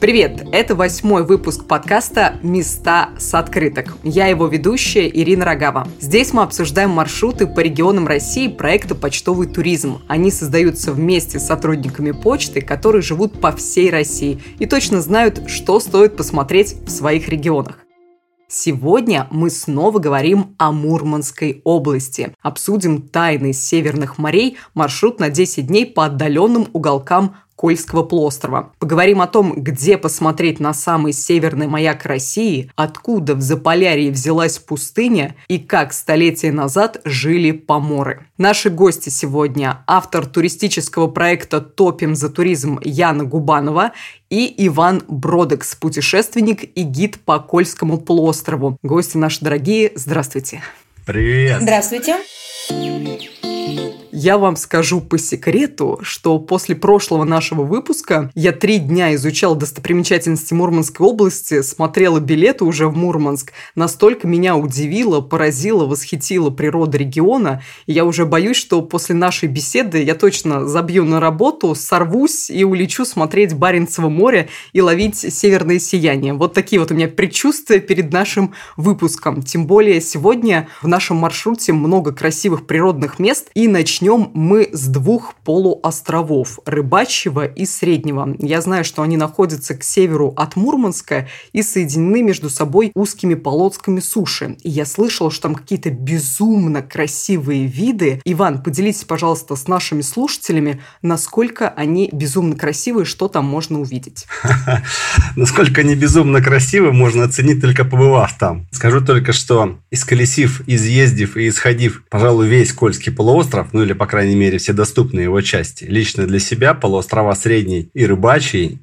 Привет! Это 8-й выпуск подкаста «Места с открыток». Я его ведущая Ирина Рогава. Здесь мы обсуждаем маршруты по регионам России проекта «Почтовый туризм». Они создаются вместе с сотрудниками почты, которые живут по всей России и точно знают, что стоит посмотреть в своих регионах. Сегодня мы снова говорим о Мурманской области. Обсудим тайны северных морей, маршрут на 10 дней по отдаленным уголкам Кольского полуострова. Поговорим о том, где посмотреть на самый северный маяк России, откуда в Заполярье взялась пустыня и как столетия назад жили поморы. Наши гости сегодня – автор туристического проекта «Топим за туризм» Яна Губанова и Иван Бродекс, путешественник и гид по Кольскому полуострову. Гости наши дорогие, здравствуйте. Привет. Здравствуйте. Я вам скажу по секрету, что после прошлого нашего выпуска я 3 дня изучал достопримечательности Мурманской области, смотрела билеты уже в Мурманск. Настолько меня удивила, поразила, восхитила природа региона. И я уже боюсь, что после нашей беседы я точно забью на работу, сорвусь и улечу смотреть Баренцево море и ловить северное сияние. Вот такие вот у меня предчувствия перед нашим выпуском. Тем более сегодня в нашем маршруте много красивых природных мест. И начнем мы с 2 полуостровов – Рыбачьего и Среднего. Я знаю, что они находятся к северу от Мурманска и соединены между собой узкими полосками суши. И я слышала, что там какие-то безумно красивые виды. Иван, поделитесь, пожалуйста, с нашими слушателями, насколько они безумно красивые, что там можно увидеть. Насколько они безумно красивы, можно оценить, только побывав там. Скажу только, что исколесив, изъездив и исходив, пожалуй, весь Кольский полуостров, ну или, по крайней мере, все доступные его части, лично для себя полуострова Средний и Рыбачий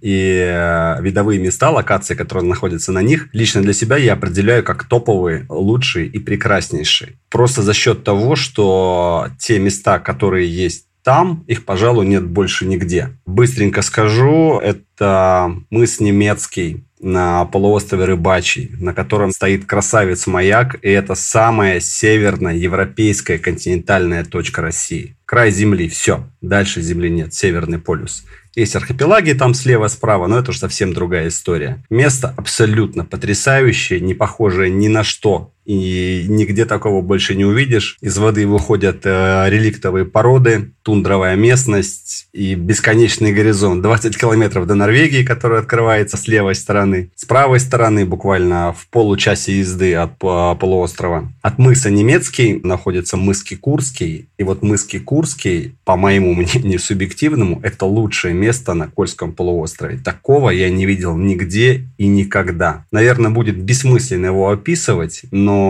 и видовые места, локации, которые находятся на них, лично для себя я определяю как топовые, лучшие и прекраснейшие. Просто за счет того, что те места, которые есть там, их, пожалуй, нет больше нигде. Быстренько скажу, это мыс Немецкий на полуострове Рыбачий, на котором стоит красавец-маяк, и это самая северная европейская континентальная точка России. Край земли, все, дальше земли нет, Северный полюс. Есть архипелаги там слева-справа, но это уже совсем другая история. Место абсолютно потрясающее, не похожее ни на что. И нигде такого больше не увидишь. Из воды выходят реликтовые породы, тундровая местность и бесконечный горизонт. 20 километров до Норвегии, которая открывается с левой стороны. С правой стороны, буквально в получасе езды от полуострова. От мыса Немецкий находится мыс Курский. И вот мыс Курский, по моему мнению субъективному, это лучшее место на Кольском полуострове. Такого я не видел нигде и никогда. Наверное, будет бессмысленно его описывать,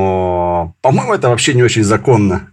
но, по-моему, это вообще не очень законно.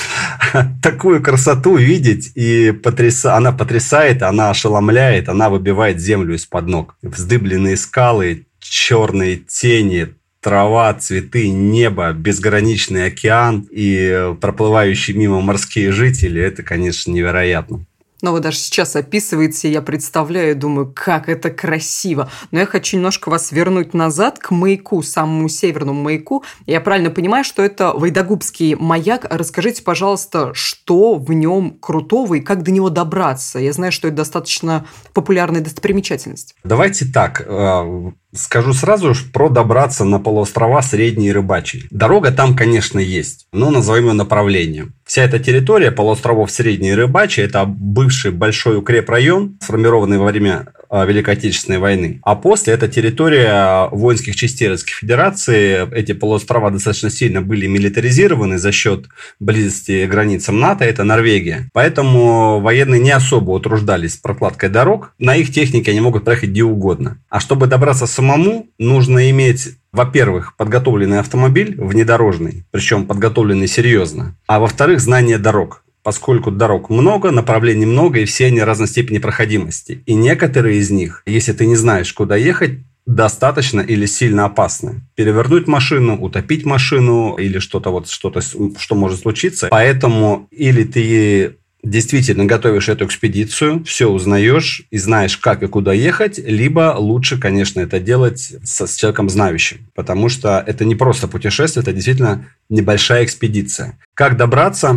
Такую красоту видеть, и она потрясает, она ошеломляет, она выбивает землю из-под ног. Вздыбленные скалы, черные тени, трава, цветы, небо, безграничный океан и проплывающие мимо морские жители – это, конечно, невероятно. Но вы даже сейчас описываете, я представляю, и думаю, как это красиво. Но я хочу немножко вас вернуть назад к маяку, самому северному маяку. Я правильно понимаю, что это Вайдагубский маяк. Расскажите, пожалуйста, что в нем крутого и как до него добраться? Я знаю, что это достаточно популярная достопримечательность. Давайте так. Скажу сразу про добраться на полуострова Средний и Рыбачий. Дорога там, конечно, есть, но назовем ее направлением. Вся эта территория полуостровов Средний и Рыбачий – это бывший большой укрепрайон, сформированный во время Великой Отечественной войны. А после это территория воинских частей Российской Федерации. Эти полуострова достаточно сильно были милитаризированы за счет близости к границам НАТО, это Норвегия. Поэтому военные не особо утруждались прокладкой дорог. На их технике они могут проехать где угодно. А чтобы добраться самому, нужно иметь, во-первых, подготовленный автомобиль внедорожный, причем подготовленный серьезно. А во-вторых, знание дорог. Поскольку дорог много, направлений много, и все они разной степени проходимости. И некоторые из них, если ты не знаешь, куда ехать, достаточно или сильно опасны. Перевернуть машину, утопить машину или что-то, что может случиться. Поэтому или ты действительно готовишь эту экспедицию, все узнаешь и знаешь, как и куда ехать, либо лучше, конечно, это делать с человеком знающим, потому что это не просто путешествие, это действительно небольшая экспедиция. Как добраться?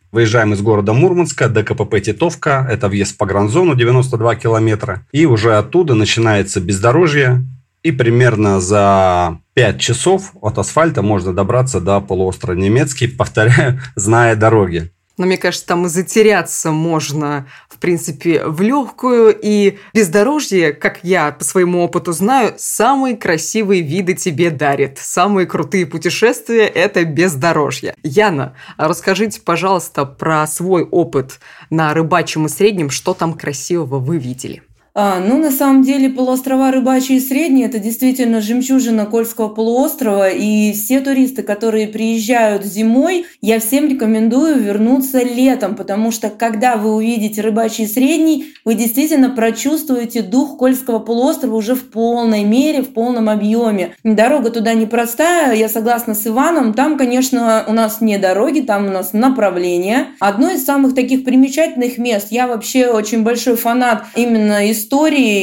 Выезжаем из города Мурманска до КПП Титовка, это въезд в погранзону 92 километра, и уже оттуда начинается бездорожье, и примерно за 5 часов от асфальта можно добраться до полуострова Немецкий, повторяю, зная дороги. Но мне кажется, там и затеряться можно, в принципе, в легкую. И бездорожье, как я по своему опыту знаю, самые красивые виды тебе дарит. Самые крутые путешествия – это бездорожье. Яна, расскажите, пожалуйста, про свой опыт на Рыбачьем и Среднем. Что там красивого вы видели? На самом деле, полуострова Рыбачий и Средний – это действительно жемчужина Кольского полуострова, и все туристы, которые приезжают зимой, я всем рекомендую вернуться летом, потому что, когда вы увидите Рыбачий и Средний, вы действительно прочувствуете дух Кольского полуострова уже в полной мере, в полном объеме. Дорога туда непростая, я согласна с Иваном, там, конечно, у нас не дороги, там у нас направления. Одно из самых таких примечательных мест, я вообще очень большой фанат именно истории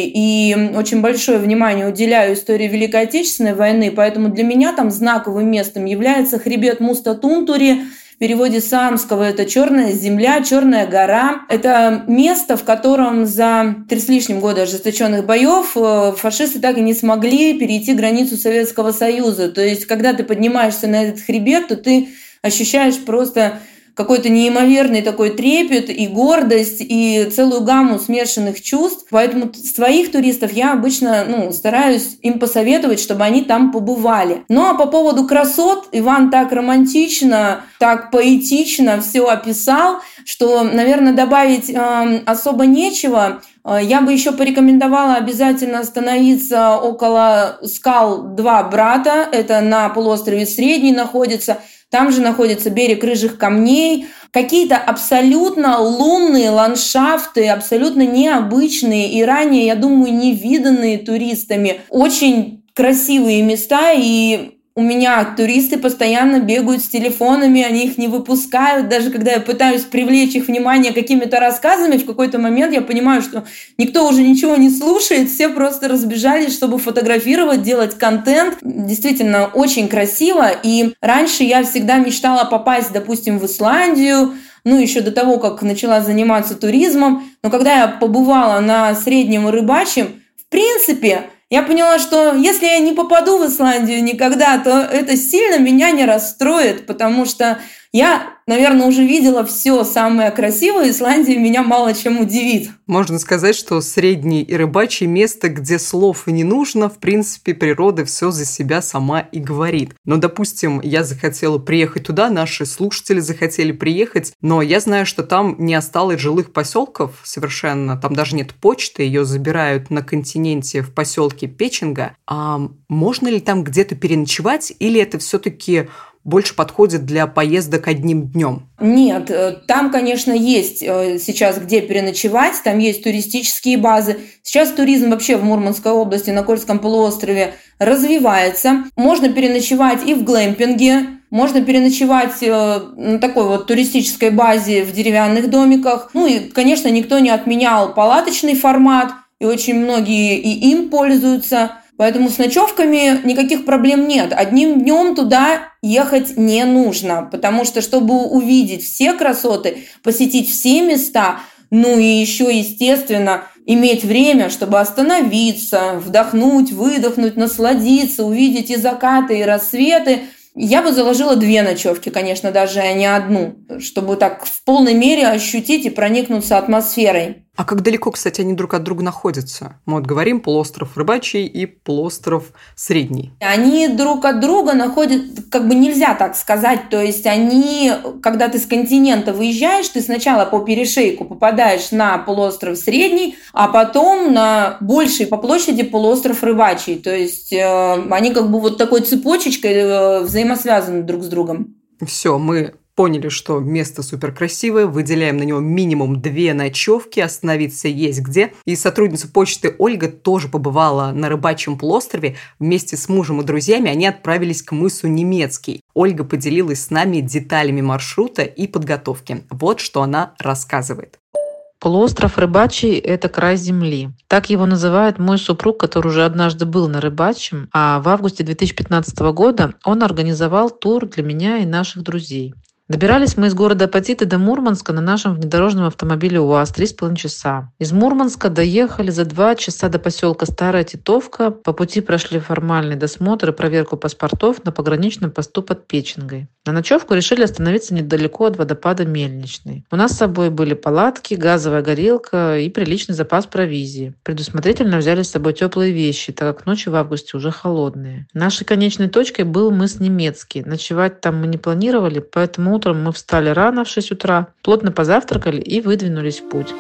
и очень большое внимание уделяю истории Великой Отечественной войны, поэтому для меня там знаковым местом является хребет Муста-Тунтури. В переводе с саамского это «черная земля», «черная гора». Это место, в котором за 3 с лишним года ожесточенных боев фашисты так и не смогли перейти границу Советского Союза. То есть, когда ты поднимаешься на этот хребет, то ты ощущаешь просто какой-то неимоверный такой трепет и гордость, и целую гамму смешанных чувств. Поэтому своих туристов я обычно стараюсь им посоветовать, чтобы они там побывали. Ну а по поводу красот, Иван так романтично, так поэтично все описал, что, наверное, добавить особо нечего. Я бы еще порекомендовала обязательно остановиться около скал «Два брата». Это на полуострове Средний находится. Там же находится берег Рыжих камней, какие-то абсолютно лунные ландшафты, абсолютно необычные и ранее, я думаю, не виданные туристами. Очень красивые места, и у меня туристы постоянно бегают с телефонами, они их не выпускают. Даже когда я пытаюсь привлечь их внимание какими-то рассказами, в какой-то момент я понимаю, что никто уже ничего не слушает, все просто разбежались, чтобы фотографировать, делать контент. Действительно, очень красиво. И раньше я всегда мечтала попасть, допустим, в Исландию, еще до того, как начала заниматься туризмом. Но когда я побывала на Среднем и Рыбачьем, в принципе, я поняла, что если я не попаду в Исландию никогда, то это сильно меня не расстроит, потому что я, наверное, уже видела все самое красивое, Исландия меня мало чем удивит. Можно сказать, что Средний и Рыбачий – место, где слов и не нужно, в принципе, природа все за себя сама и говорит. Но, допустим, я захотела приехать туда, наши слушатели захотели приехать, но я знаю, что там не осталось жилых поселков совершенно, там даже нет почты, ее забирают на континенте в поселке Печенга. А можно ли там где-то переночевать, или это все-таки больше подходит для поездок одним днем? Нет, там, конечно, есть сейчас где переночевать, там есть туристические базы. Сейчас туризм вообще в Мурманской области, на Кольском полуострове развивается. Можно переночевать и в глэмпинге, можно переночевать на такой вот туристической базе в деревянных домиках. И, конечно, никто не отменял палаточный формат, и очень многие и им пользуются. Поэтому с ночевками никаких проблем нет. Одним днем туда ехать не нужно, потому что, чтобы увидеть все красоты, посетить все места, и еще, естественно, иметь время, чтобы остановиться, вдохнуть, выдохнуть, насладиться, увидеть и закаты, и рассветы, я бы заложила 2 ночевки, конечно, даже, а не одну, чтобы так в полной мере ощутить и проникнуться атмосферой. А как далеко, кстати, они друг от друга находятся? Мы говорим полуостров Рыбачий и полуостров Средний. Они друг от друга находятся, нельзя так сказать. То есть они, когда ты с континента выезжаешь, ты сначала по перешейку попадаешь на полуостров Средний, а потом на больший по площади полуостров Рыбачий. То есть они вот такой цепочечкой взаимосвязаны друг с другом. Все, мы поняли, что место суперкрасивое, выделяем на него минимум 2 ночевки, остановиться есть где. И сотрудница почты Ольга тоже побывала на Рыбачьем полуострове. Вместе с мужем и друзьями они отправились к мысу Немецкий. Ольга поделилась с нами деталями маршрута и подготовки. Вот что она рассказывает. Полуостров Рыбачий – это край земли. Так его называет мой супруг, который уже однажды был на Рыбачьем, а в августе 2015 года он организовал тур для меня и наших друзей. Добирались мы из города Апатиты до Мурманска на нашем внедорожном автомобиле УАЗ 3,5 часа. Из Мурманска доехали за 2 часа до поселка Старая Титовка. По пути прошли формальный досмотр и проверку паспортов на пограничном посту под Печенгой. На ночевку решили остановиться недалеко от водопада Мельничный. У нас с собой были палатки, газовая горелка и приличный запас провизии. Предусмотрительно взяли с собой теплые вещи, так как ночи в августе уже холодные. Нашей конечной точкой был мыс Немецкий. Ночевать там мы не планировали, поэтому утром мы встали рано в 6 утра, плотно позавтракали и выдвинулись в путь.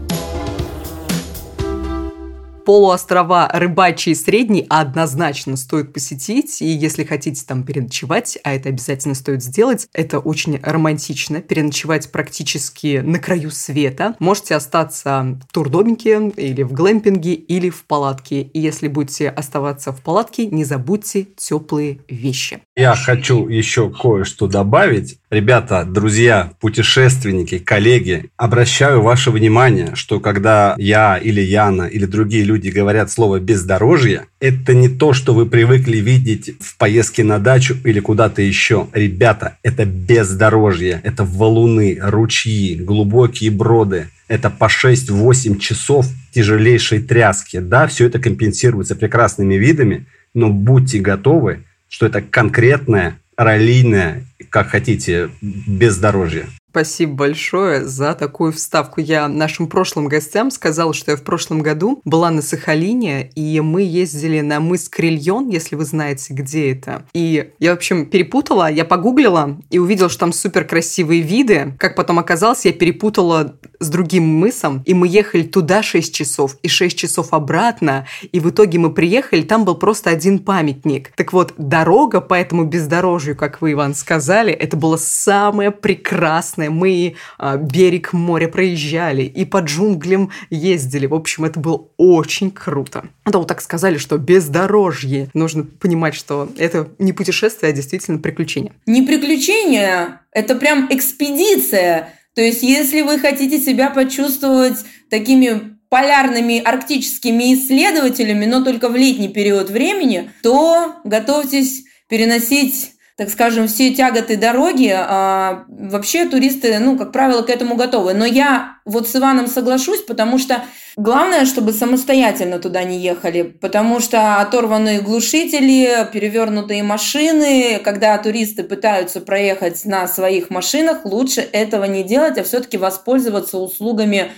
Полуострова Рыбачий и Средний однозначно стоит посетить, и если хотите там переночевать, а это обязательно стоит сделать, это очень романтично, переночевать практически на краю света. Можете остаться в турдомике или в глэмпинге, или в палатке. И если будете оставаться в палатке, не забудьте теплые вещи. Я хочу еще кое-что добавить. Ребята, друзья, путешественники, коллеги, обращаю ваше внимание, что когда я или Яна или другие люди говорят слово «бездорожье», это не то, что вы привыкли видеть в поездке на дачу или куда-то еще. Ребята, это бездорожье, это валуны, ручьи, глубокие броды. Это по 6-8 часов тяжелейшей тряски. Да, все это компенсируется прекрасными видами, но будьте готовы, что это конкретное, раллийное, как хотите, бездорожье. Спасибо большое за такую вставку. Я нашим прошлым гостям сказала, что я в прошлом году была на Сахалине, и мы ездили на мыс Крильон, если вы знаете, где это. И я, в общем, перепутала, я погуглила и увидела, что там супер красивые виды. Как потом оказалось, я перепутала с другим мысом, и мы ехали туда 6 часов, и 6 часов обратно, и в итоге мы приехали, там был просто один памятник. Так вот, дорога по этому бездорожью, как вы, Иван, сказали, это было самое прекрасное. Мы берег моря проезжали и по джунглям ездили. В общем, это было очень круто. А то вот так сказали, что бездорожье. Нужно понимать, что это не путешествие, а действительно приключение. Не приключение, это прям экспедиция. То есть, если вы хотите себя почувствовать такими полярными арктическими исследователями, но только в летний период времени, то готовьтесь переносить, так скажем, все тяготы дороги. Вообще туристы, как правило, к этому готовы. Но я вот с Иваном соглашусь, потому что главное, чтобы самостоятельно туда не ехали, потому что оторванные глушители, перевернутые машины, когда туристы пытаются проехать на своих машинах, лучше этого не делать, а все-таки воспользоваться услугами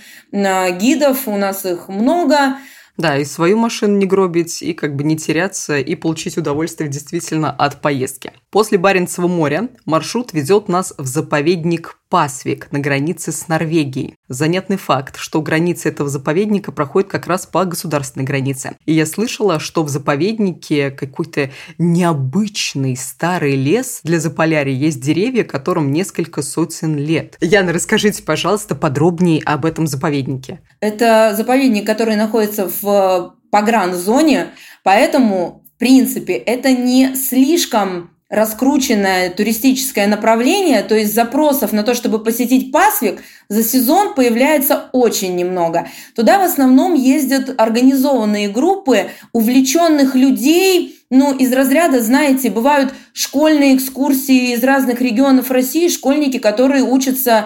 гидов. У нас их много. Да, и свою машину не гробить, и не теряться, и получить удовольствие действительно от поездки. После Баренцева моря маршрут ведет нас в заповедник Пасвик на границе с Норвегией. Занятный факт, что граница этого заповедника проходит как раз по государственной границе. И я слышала, что в заповеднике какой-то необычный старый лес для Заполярья. Есть деревья, которым несколько сотен лет. Яна, расскажите, пожалуйста, подробнее об этом заповеднике. Это заповедник, который находится в погранзоне, поэтому, в принципе, это не слишком раскрученное туристическое направление, то есть запросов на то, чтобы посетить Пасвик, за сезон появляется очень немного. Туда в основном ездят организованные группы увлеченных людей, из разряда, знаете, бывают школьные экскурсии из разных регионов России, школьники, которые учатся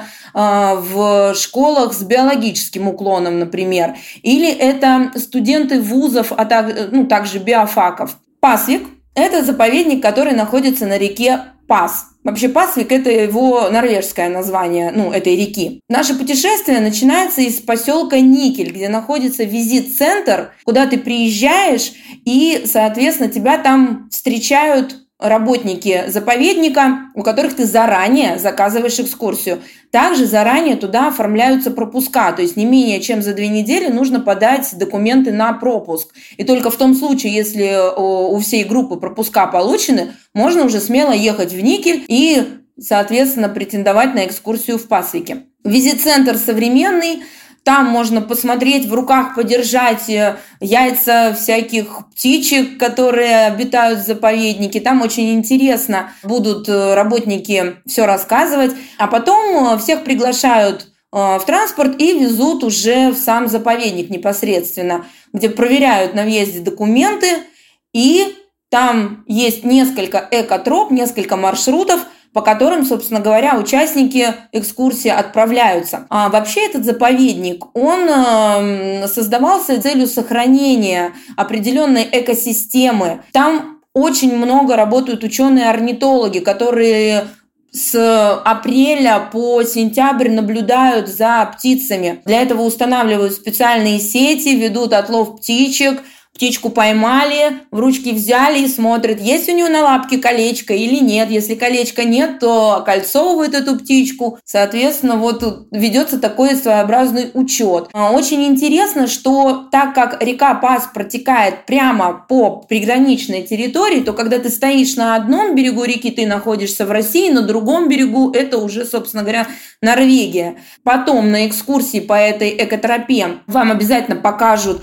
в школах с биологическим уклоном, например, или это студенты вузов, а также биофаков. Пасвик – это заповедник, который находится на реке Пас. Вообще Пасвик – это его норвежское название, этой реки. Наше путешествие начинается из поселка Никель, где находится визит-центр, куда ты приезжаешь, и, соответственно, тебя там встречают работники заповедника, у которых ты заранее заказываешь экскурсию. Также заранее туда оформляются пропуска, то есть не менее чем за 2 недели нужно подать документы на пропуск. И только в том случае, если у всей группы пропуска получены, можно уже смело ехать в Никель и, соответственно, претендовать на экскурсию в Пасвике. Визит-центр современный. Там можно посмотреть, в руках подержать яйца всяких птичек, которые обитают в заповеднике. Там очень интересно будут работники все рассказывать. А потом всех приглашают в транспорт и везут уже в сам заповедник непосредственно, где проверяют на въезде документы. И там есть несколько экотроп, несколько маршрутов, по которым, собственно говоря, участники экскурсии отправляются. А вообще этот заповедник, он создавался с целью сохранения определенной экосистемы. Там очень много работают ученые-орнитологи, которые с апреля по сентябрь наблюдают за птицами. Для этого устанавливают специальные сети, ведут отлов птичек. Птичку поймали, в ручки взяли и смотрят, есть у нее на лапке колечко или нет. Если колечка нет, то окольцовывают эту птичку. Соответственно, вот ведется такой своеобразный учет. Очень интересно, что так как река Пас протекает прямо по приграничной территории, то когда ты стоишь на одном берегу реки, ты находишься в России, на другом берегу это уже, собственно говоря, Норвегия. Потом на экскурсии по этой экотропе вам обязательно покажут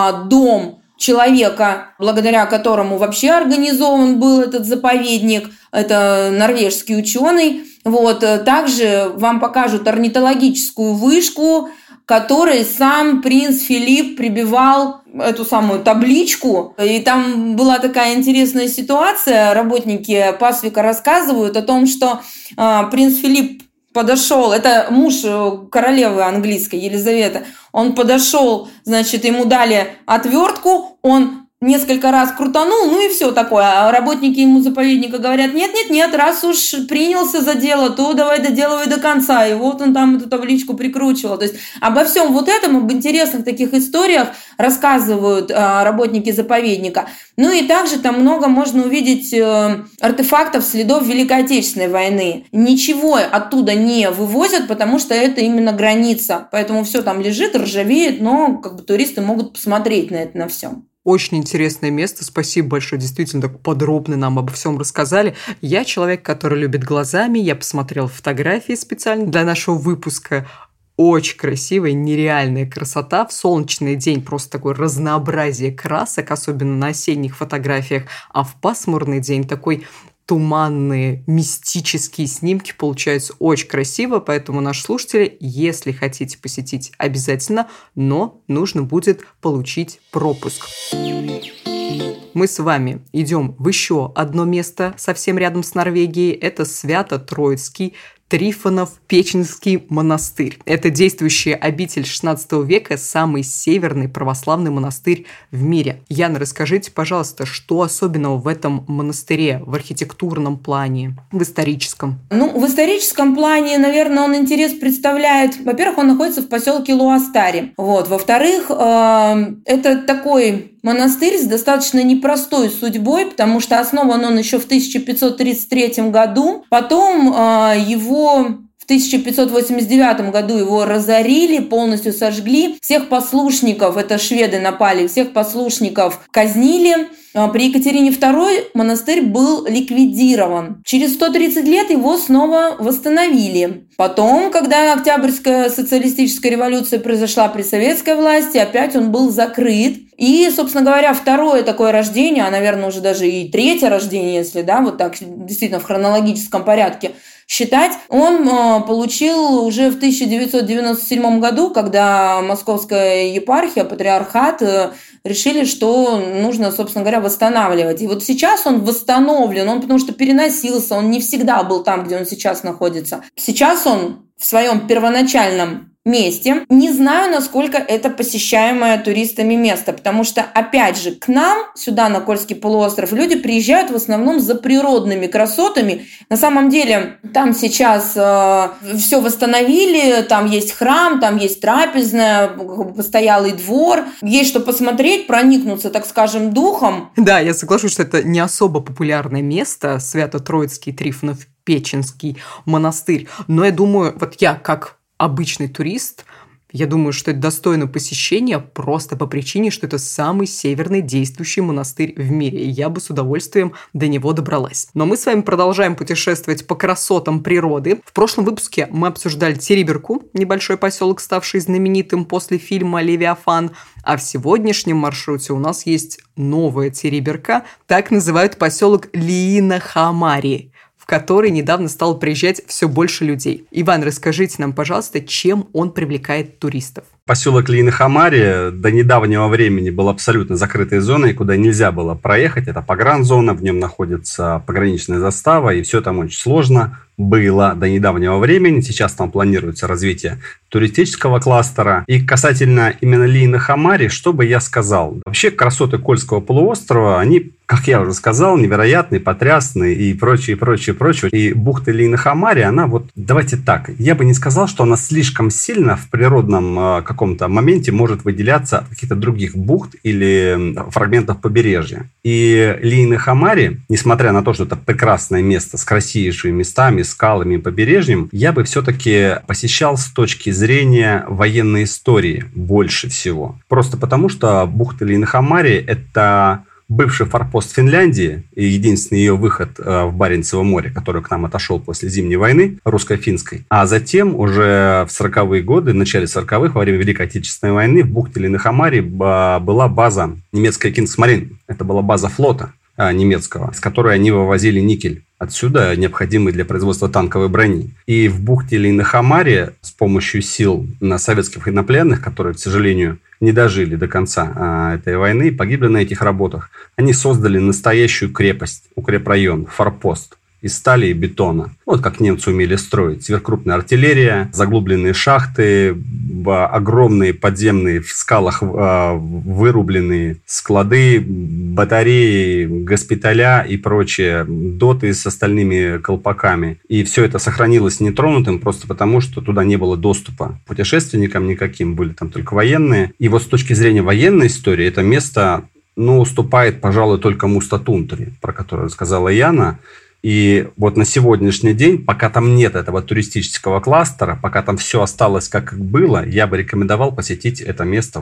дом человека, благодаря которому вообще организован был этот заповедник. Это норвежский ученый. Вот. Также вам покажут орнитологическую вышку, которой сам принц Филипп прибивал эту самую табличку. И там была такая интересная ситуация. Работники Пасвика рассказывают о том, что принц Филипп подошел, это муж королевы английской, Елизаветы, он подошел, значит, ему дали отвертку, он несколько раз крутанул, ну и все такое. А работники ему заповедника говорят, нет, раз уж принялся за дело, то давай доделывай до конца. И вот он там эту табличку прикручивал. То есть обо всем вот этом, об интересных таких историях рассказывают работники заповедника. Ну и также там много можно увидеть артефактов, следов Великой Отечественной войны. Ничего оттуда не вывозят, потому что это именно граница. Поэтому все там лежит, ржавеет, но как бы туристы могут посмотреть на это, на все. Очень интересное место, спасибо большое, действительно так подробно нам обо всем рассказали. Я человек, который любит глазами, я посмотрела фотографии специально для нашего выпуска. Очень красивая, нереальная красота. В солнечный день просто такое разнообразие красок, особенно на осенних фотографиях, а в пасмурный день такой туманные, мистические снимки получаются очень красиво, поэтому, наши слушатели, если хотите посетить, обязательно, но нужно будет получить пропуск. Мы с вами идем в еще одно место совсем рядом с Норвегией. Это Свято-Троицкий Трифонов-Печенский монастырь. Это действующая обитель XVI века, самый северный православный монастырь в мире. Яна, расскажите, пожалуйста, что особенного в этом монастыре в архитектурном плане, в историческом? В историческом плане, наверное, он интерес представляет. Во-первых, он находится в поселке Луастари. Вот. Во-вторых, это такой монастырь с достаточно непростой судьбой, потому что основан он еще в 1533 году. Потом его в 1589 году его разорили, полностью сожгли. Всех послушников, это шведы напали, всех послушников казнили. При Екатерине II монастырь был ликвидирован. Через 130 лет его снова восстановили. Потом, когда Октябрьская социалистическая революция произошла при советской власти, опять он был закрыт. И, собственно говоря, второе такое рождение, а, наверное, уже даже и третье рождение, если, да, вот так действительно в хронологическом порядке считать, он получил уже в 1997 году, когда Московская епархия, патриархат решили, что нужно, собственно говоря, восстанавливать. И вот сейчас он восстановлен, он потому что переносился, он не всегда был там, где он сейчас находится. Сейчас он в своем первоначальном месте. Не знаю, насколько это посещаемое туристами место, потому что, опять же, к нам, сюда, на Кольский полуостров, люди приезжают в основном за природными красотами. На самом деле, там сейчас все восстановили, там есть храм, там есть трапезная, постоялый двор, есть что посмотреть, проникнуться, так скажем, духом. Да, я соглашусь, что это не особо популярное место, Свято-Троицкий Трифонов-Печенский монастырь, но я думаю, вот я как обычный турист, я думаю, что это достойно посещения просто по причине, что это самый северный действующий монастырь в мире, и я бы с удовольствием до него добралась. Но мы с вами продолжаем путешествовать по красотам природы. В прошлом выпуске мы обсуждали Териберку, небольшой поселок, ставший знаменитым после фильма «Левиафан», а в сегодняшнем маршруте у нас есть новая Териберка, так называют поселок Лиинахамари, в который недавно стало приезжать все больше людей. Иван, расскажите нам, пожалуйста, чем он привлекает туристов? Поселок Лейны-Хамари до недавнего времени был абсолютно закрытой зоной, куда нельзя было проехать. Это погранзона, в нем находится пограничная застава, и все там очень сложно было до недавнего времени. Сейчас там планируется развитие туристического кластера. И касательно именно Лейны-Хамари, что бы я сказал? Вообще красоты Кольского полуострова, они, как я уже сказал, невероятные, потрясные и прочее, прочее, прочее. И бухта Лейны-Хамари, она вот, давайте так, я бы не сказал, что она слишком сильно в природном каком-то моменте может выделяться от каких-то других бухт или фрагментов побережья. И Лейны-Хамари, несмотря на то, что это прекрасное место с красивейшими местами, скалами и побережьем, я бы все-таки посещал с точки зрения военной истории больше всего. Просто потому, что бухта Лейны-Хамари – это бывший форпост Финляндии и единственный ее выход в Баренцево море, который к нам отошел после Зимней войны, русско-финской. А затем уже в 40-е годы, в начале 40-х, во время Великой Отечественной войны, в бухте Лейны-Хамари была база немецкая Кингсмарин. Это была база флота немецкого, с которой они вывозили никель. Отсюда необходимый для производства танковой брони. И в бухте Лейны-Хамари с помощью сил советских военнопленных, которые, к сожалению, не дожили до конца этой войны, погибли на этих работах, они создали настоящую крепость, укрепрайон, форпост из стали и бетона. Вот как немцы умели строить. Сверхкрупная артиллерия, заглубленные шахты, огромные подземные в скалах вырубленные склады, батареи, госпиталя и прочее, доты с остальными колпаками. И все это сохранилось нетронутым просто потому, что туда не было доступа путешественникам никаким, были там только военные. И вот с точки зрения военной истории это место, уступает, пожалуй, только Муста-Тундре, про которую сказала Яна. И вот на сегодняшний день, пока там нет этого туристического кластера, пока там все осталось как было, я бы рекомендовал посетить это место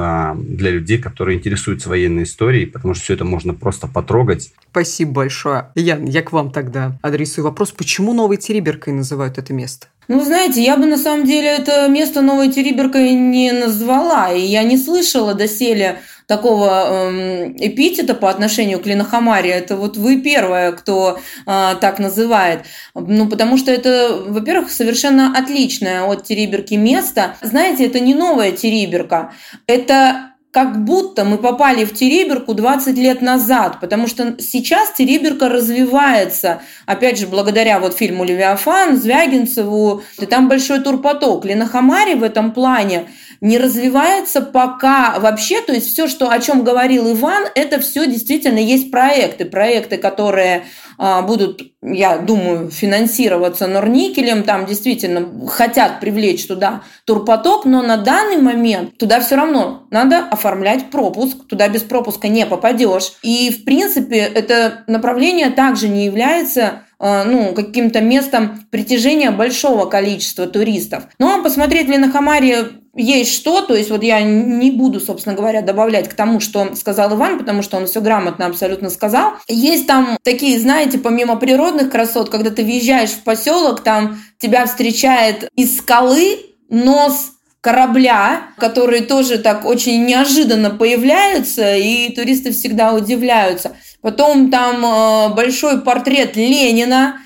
для людей, которые интересуются военной историей, потому что все это можно просто потрогать. Спасибо большое. Ян, я к вам тогда адресую вопрос, почему Новой Териберкой называют это место? Знаете, я бы на самом деле это место Новой Териберкой не назвала, и я не слышала доселе такого эпитета по отношению к Лейны-Хамари. Это вот вы первая, кто так называет. Потому что это, во-первых, совершенно отличное от Териберки место. Знаете, это не Новая Териберка, это как будто мы попали в Териберку 20 лет назад, потому что сейчас Териберка развивается, опять же, благодаря фильму «Левиафан», Звягинцеву, и там большой турпоток. Лейна-Хамари в этом плане не развивается пока вообще, то есть все, о чем говорил Иван, это все действительно есть проекты, которые будут, я думаю, финансироваться Норникелем, там действительно хотят привлечь туда турпоток, но на данный момент туда все равно надо оформлять пропуск, туда без пропуска не попадешь. И, в принципе, это направление также не является каким-то местом притяжения большого количества туристов. Но посмотреть в Лейны-Хамари есть что, то есть я не буду, собственно говоря, добавлять к тому, что сказал Иван, потому что он все грамотно абсолютно сказал. Есть там такие, знаете, помимо природных красот, когда ты въезжаешь в поселок, там тебя встречает из скалы нос корабля, которые тоже так очень неожиданно появляются, и туристы всегда удивляются. Потом там большой портрет Ленина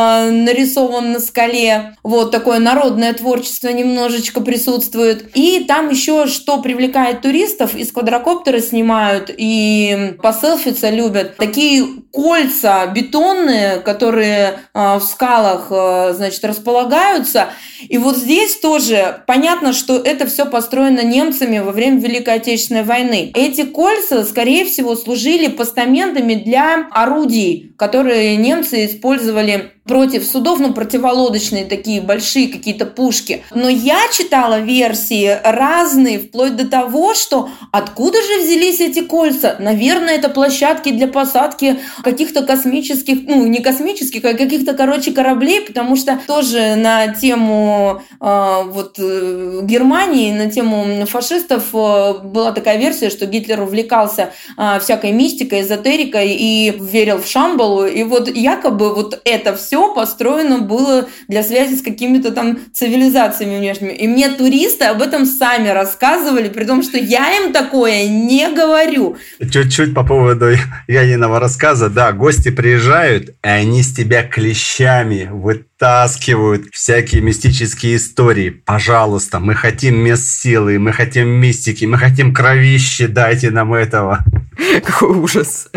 нарисован на скале. Такое народное творчество немножечко присутствует. И там еще что привлекает туристов, из квадрокоптера снимают и поселфиться любят. Такие кольца бетонные, которые в скалах, располагаются. И здесь тоже понятно, что это все построено немцами во время Великой Отечественной войны. Эти кольца, скорее всего, служили постаментами для орудий, которые немцы использовали против судов, противолодочные такие большие какие-то пушки. Но я читала версии разные, вплоть до того, что откуда же взялись эти кольца? Наверное, это площадки для посадки каких-то космических, не космических, а каких-то, кораблей, потому что тоже на тему Германии, на тему фашистов была такая версия, что Гитлер увлекался всякой мистикой, эзотерикой и верил в Шамбалу, и якобы это все все построено было для связи с какими-то там цивилизациями внешними. И мне туристы об этом сами рассказывали, при том, что я им такое не говорю. Чуть-чуть по поводу Яниного рассказа. Да, гости приезжают, и они с тебя клещами вытаскивают всякие мистические истории. Пожалуйста, мы хотим мест силы, мы хотим мистики, мы хотим кровищи, дайте нам этого. Какой ужас.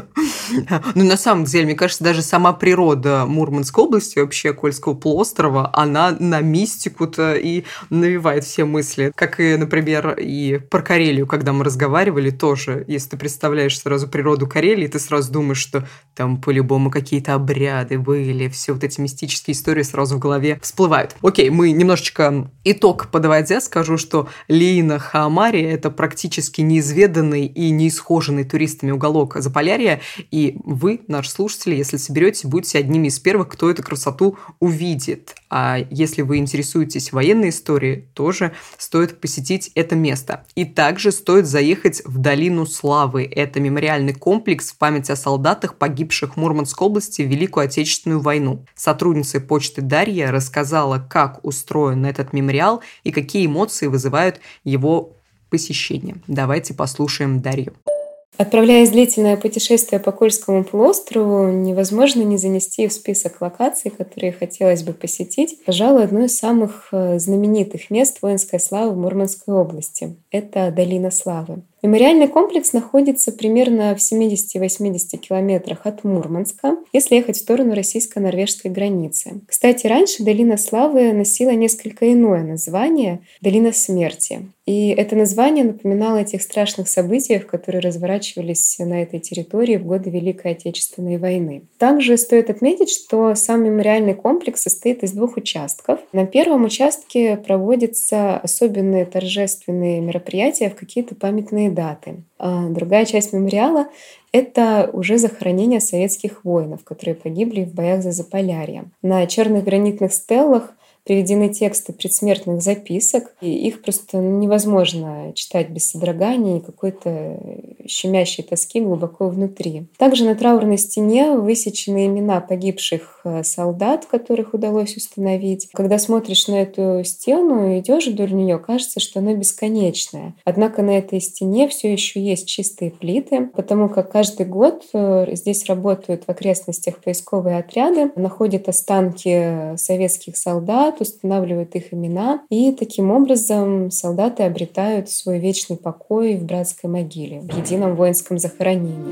Ну, на самом деле, мне кажется, даже сама природа Мурманской области, вообще Кольского полуострова, она на мистику-то и навевает все мысли. Как и, например, и про Карелию, когда мы разговаривали, тоже, если ты представляешь сразу природу Карелии, ты сразу думаешь, что там по-любому какие-то обряды были, все вот эти мистические истории сразу в голове всплывают. Окей, мы немножечко итог подводя, скажу, что Лиина-Хаамария – это практически неизведанный и неисхоженный туристами уголок Заполярья, и вы, наши слушатели, если соберетесь, будете одними из первых, кто эту красоту увидит. А если вы интересуетесь военной историей, тоже стоит посетить это место. И также стоит заехать в Долину Славы. Это мемориальный комплекс в память о солдатах, погибших в Мурманской области в Великую Отечественную войну. Сотрудница почты Дарья рассказала, как устроен этот мемориал и какие эмоции вызывают его посещение. Давайте послушаем Дарью. Отправляясь в длительное путешествие по Кольскому полуострову, невозможно не занести в список локаций, которые хотелось бы посетить, пожалуй, одно из самых знаменитых мест воинской славы в Мурманской области. Это Долина Славы. Мемориальный комплекс находится примерно в 70-80 километрах от Мурманска, если ехать в сторону российско-норвежской границы. Кстати, раньше Долина Славы носила несколько иное название – Долина Смерти. И это название напоминало о тех страшных событиях, которые разворачивались на этой территории в годы Великой Отечественной войны. Также стоит отметить, что сам мемориальный комплекс состоит из 2 участков. На первом участке проводятся особенные торжественные мероприятия в какие-то памятные даты. А другая часть мемориала — это уже захоронение советских воинов, которые погибли в боях за Заполярье. На черных гранитных стеллах приведены тексты предсмертных записок, и их просто невозможно читать без содрогания и какой-то щемящей тоски глубоко внутри. Также на траурной стене высечены имена погибших солдат, которых удалось установить. Когда смотришь на эту стену и идешь вдоль нее, кажется, что она бесконечная. Однако на этой стене все еще есть чистые плиты, потому как каждый год здесь работают в окрестностях поисковые отряды, находят останки советских солдат, устанавливают их имена, и таким образом солдаты обретают свой вечный покой в братской могиле, в едином воинском захоронении.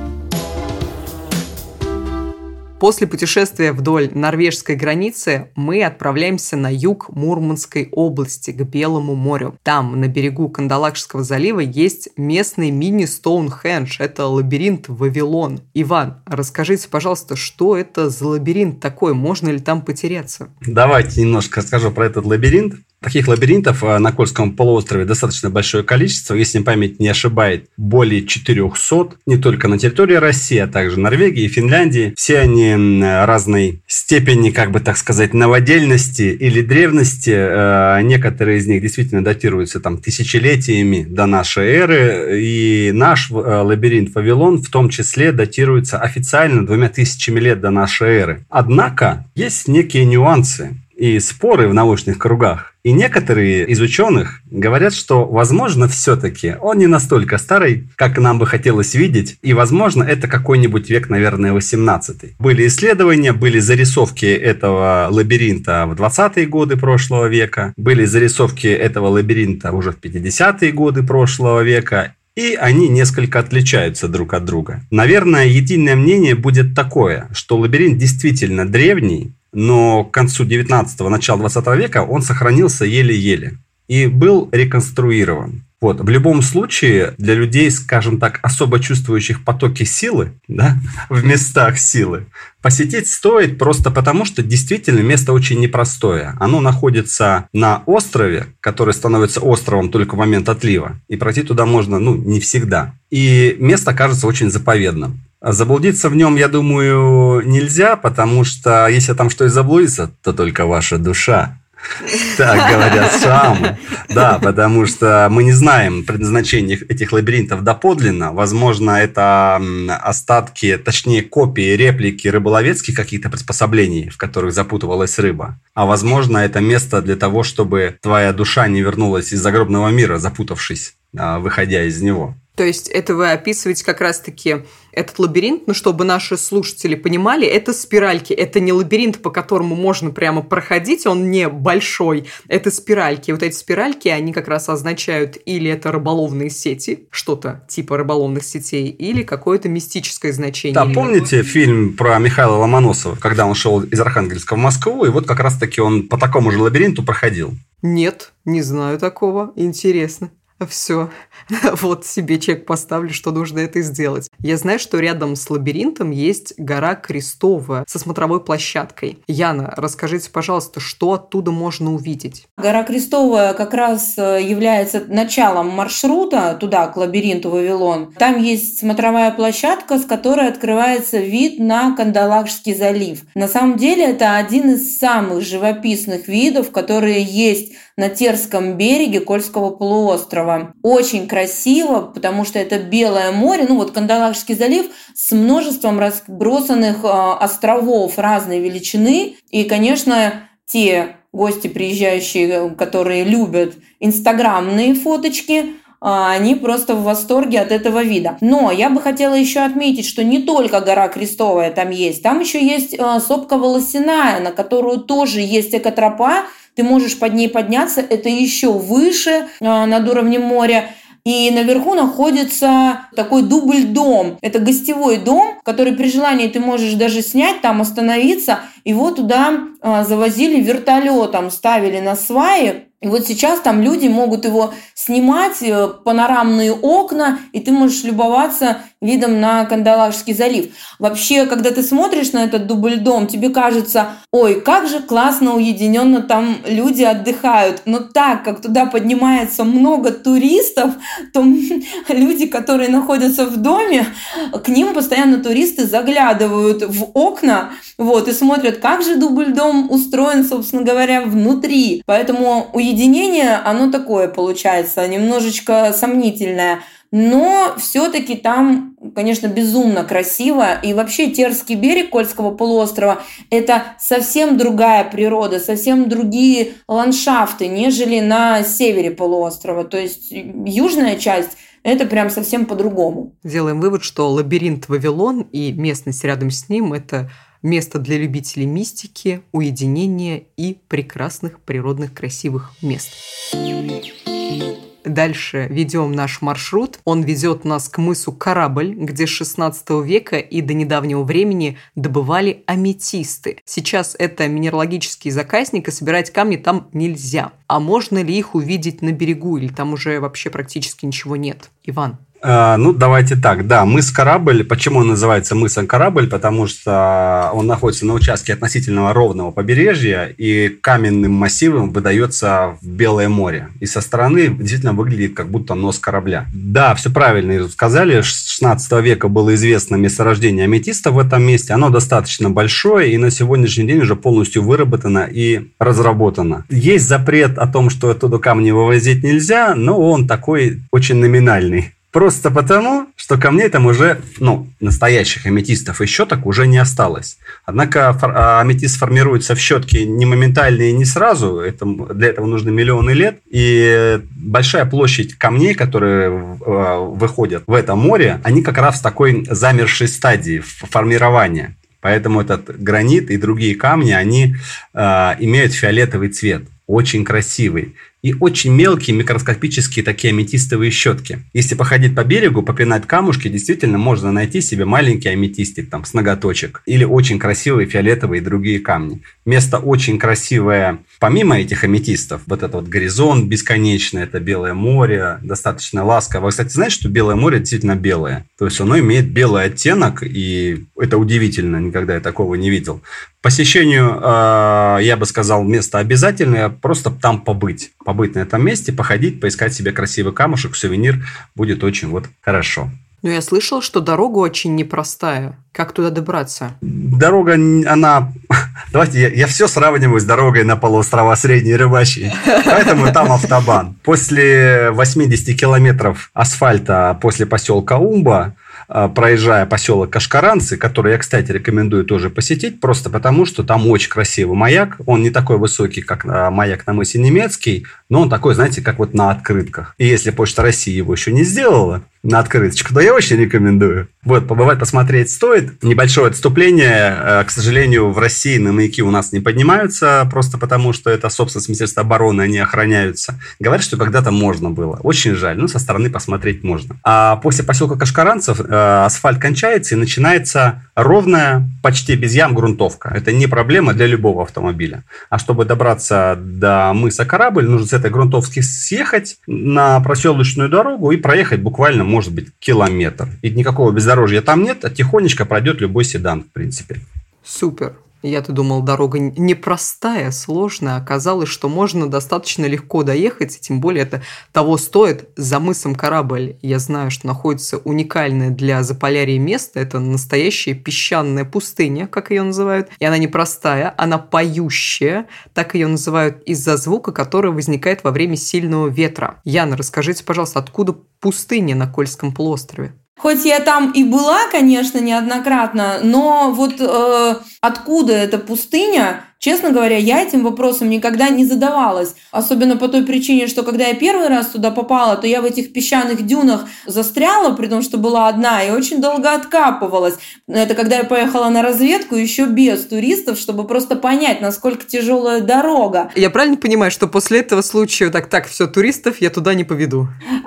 После путешествия вдоль норвежской границы мы отправляемся на юг Мурманской области, к Белому морю. Там, на берегу Кандалакшского залива, есть местный мини-Стоунхендж. Это лабиринт Вавилон. Иван, расскажите, пожалуйста, что это за лабиринт такой? Можно ли там потеряться? Давайте немножко расскажу про этот лабиринт. Таких лабиринтов на Кольском полуострове достаточно большое количество. Если память не ошибает, более 400. Не только на территории России, а также Норвегии, Финляндии. Все они разной степени, как бы так сказать, новодельности или древности. Некоторые из них действительно датируются там тысячелетиями до нашей эры. И наш лабиринт Вавилон в том числе датируется официально 2000 лет до нашей эры. Однако есть некие нюансы и споры в научных кругах. И некоторые из ученых говорят, что, возможно, все-таки он не настолько старый, как нам бы хотелось видеть, и, возможно, это какой-нибудь век, наверное, 18-й. Были исследования, были зарисовки этого лабиринта в 20-е годы прошлого века, были зарисовки этого лабиринта уже в 50-е годы прошлого века, и они несколько отличаются друг от друга. Наверное, единое мнение будет такое, что лабиринт действительно древний, но к концу 19-го, начала 20 века он сохранился еле-еле и был реконструирован. Вот. В любом случае, для людей, скажем так, особо чувствующих потоки силы, да, в местах силы, посетить стоит просто потому, что действительно место очень непростое. Оно находится на острове, который становится островом только в момент отлива, и пройти туда можно, не всегда. И место кажется очень заповедным. Заблудиться в нем, я думаю, нельзя, потому что если там что и заблудится, то только ваша душа. Так говорят шамы. Да, потому что мы не знаем предназначение этих лабиринтов доподлинно. Возможно, это остатки, точнее, копии, реплики рыболовецких каких-то приспособлений, в которых запутывалась рыба. А возможно, это место для того, чтобы твоя душа не вернулась из загробного мира, запутавшись, выходя из него. То есть это вы описываете как раз-таки этот лабиринт, ну, чтобы наши слушатели понимали, это спиральки, это не лабиринт, по которому можно прямо проходить, он не большой, это спиральки. Вот эти спиральки, они как раз означают или это рыболовные сети, что-то типа рыболовных сетей, или какое-то мистическое значение. Да, помните фильм про Михаила Ломоносова, когда он шел из Архангельска в Москву, и вот как раз-таки он по такому же лабиринту проходил? Нет, не знаю такого, интересно. Все, вот себе чек поставлю, что нужно это сделать. Я знаю, что рядом с лабиринтом есть гора Крестовая со смотровой площадкой. Яна, расскажите, пожалуйста, что оттуда можно увидеть? Гора Крестовая как раз является началом маршрута туда, к лабиринту Вавилон. Там есть смотровая площадка, с которой открывается вид на Кандалакшский залив. На самом деле это один из самых живописных видов, которые есть на Терском береге Кольского полуострова. Очень красиво, потому что это Белое море, ну вот Кандалакшский залив с множеством разбросанных островов разной величины. И, конечно, те гости, приезжающие, которые любят инстаграмные фоточки, они просто в восторге от этого вида. Но я бы хотела еще отметить, что не только гора Крестовая там еще есть сопка Волосяная, на которую тоже есть экотропа. Ты можешь под ней подняться, это еще выше над уровнем моря. И наверху находится такой дубль-дом. Это гостевой дом, который при желании ты можешь даже снять, там остановиться. Его туда завозили вертолетом, ставили на сваи. И вот сейчас там люди могут его снимать, панорамные окна, и ты можешь любоваться видом на Кандалакшский залив. Вообще, когда ты смотришь на этот дубль-дом, тебе кажется, ой, как же классно, уединенно там люди отдыхают. Но так как туда поднимается много туристов, то люди, которые находятся в доме, к ним постоянно туристы заглядывают в окна, вот, и смотрят, как же дубль-дом устроен, собственно говоря, внутри. Поэтому уединение, оно такое получается, немножечко сомнительное. Но все-таки там, конечно, безумно красиво. И вообще Терский берег Кольского полуострова – это совсем другая природа, совсем другие ландшафты, нежели на севере полуострова. То есть южная часть – это прям совсем по-другому. Делаем вывод, что лабиринт Вавилон и местность рядом с ним – это место для любителей мистики, уединения и прекрасных природных красивых мест. Дальше ведем наш маршрут. Он везет нас к мысу Корабль, где с 16 века и до недавнего времени добывали аметисты. Сейчас это минералогический заказник, и собирать камни там нельзя. А можно ли их увидеть на берегу, или там уже вообще практически ничего нет? Иван. Ну, давайте так. Да, мыс Корабль. Почему он называется мысом Корабль? Потому что он находится на участке относительно ровного побережья, и каменным массивом выдается в Белое море. И со стороны действительно выглядит как будто нос корабля. Да, все правильно сказали. С 16 века было известно месторождение аметиста в этом месте. Оно достаточно большое и на сегодняшний день уже полностью выработано и разработано. Есть запрет о том, что оттуда камни вывозить нельзя, но он такой очень номинальный. Просто потому, что камней там уже, настоящих аметистов и щеток уже не осталось. Однако аметист формируется в щетке не моментально и не сразу. Для этого нужны миллионы лет. И большая площадь камней, которые выходят в это море, они как раз в такой замершей стадии формирования. Поэтому этот гранит и другие камни, они имеют фиолетовый цвет. Очень красивый. И очень мелкие микроскопические такие аметистовые щетки. Если походить по берегу, попинать камушки, действительно можно найти себе маленький аметистик там, с ноготочек. Или очень красивые фиолетовые и другие камни. Место очень красивое. Помимо этих аметистов, вот этот вот горизонт бесконечный, это Белое море, достаточно ласковое. Вы, кстати, знаете, что Белое море действительно белое? То есть оно имеет белый оттенок, и это удивительно, никогда я такого не видел. Посещению, я бы сказал, место обязательное, просто там побыть на этом месте, походить, поискать себе красивый камушек, сувенир, будет очень хорошо. Но я слышал, что дорога очень непростая. Как туда добраться? Дорога, она... Давайте, я все сравниваю с дорогой на полуострова Средней Рыбачьей. Поэтому там автобан. После 80 километров асфальта после поселка Умба, проезжая поселок Кашкаранцы, который я, кстати, рекомендую тоже посетить, просто потому, что там очень красивый маяк. Он не такой высокий, как маяк на мысе Немецкий, но он такой, знаете, как вот на открытках. И если Почта России его еще не сделала на открыточку, то я очень рекомендую. Вот, побывать, посмотреть стоит. Небольшое отступление. К сожалению, в России на маяки у нас не поднимаются, просто потому, что это собственность Министерства обороны, они охраняются. Говорят, что когда-то можно было. Очень жаль, но со стороны посмотреть можно. А после поселка Кашкаранцев асфальт кончается и начинается ровная, почти без ям грунтовка. Это не проблема для любого автомобиля. А чтобы добраться до мыса Корабль, нужно с этой грунтовки съехать на проселочную дорогу и проехать буквально, может быть, километр. И никакого бездорожья там нет, а тихонечко пройдет любой седан, в принципе. Супер. Я-то думал, дорога непростая, сложная. Оказалось, что можно достаточно легко доехать, и тем более это того стоит. За мысом Корабль, я знаю, что находится уникальное для Заполярья место. Это настоящая песчаная пустыня, как ее называют. И она непростая, она поющая. Так ее называют из-за звука, который возникает во время сильного ветра. Яна, расскажите, пожалуйста, откуда пустыня на Кольском полуострове? Хоть я там и была, конечно, неоднократно, но вот откуда эта пустыня, честно говоря, я этим вопросом никогда не задавалась. Особенно по той причине, что когда я первый раз туда попала, то я в этих песчаных дюнах застряла, при том, что была одна, и очень долго откапывалась. Это когда я поехала на разведку еще без туристов, чтобы просто понять, насколько тяжелая дорога. Я правильно понимаю, что после этого случая так, все, туристов я туда не поведу?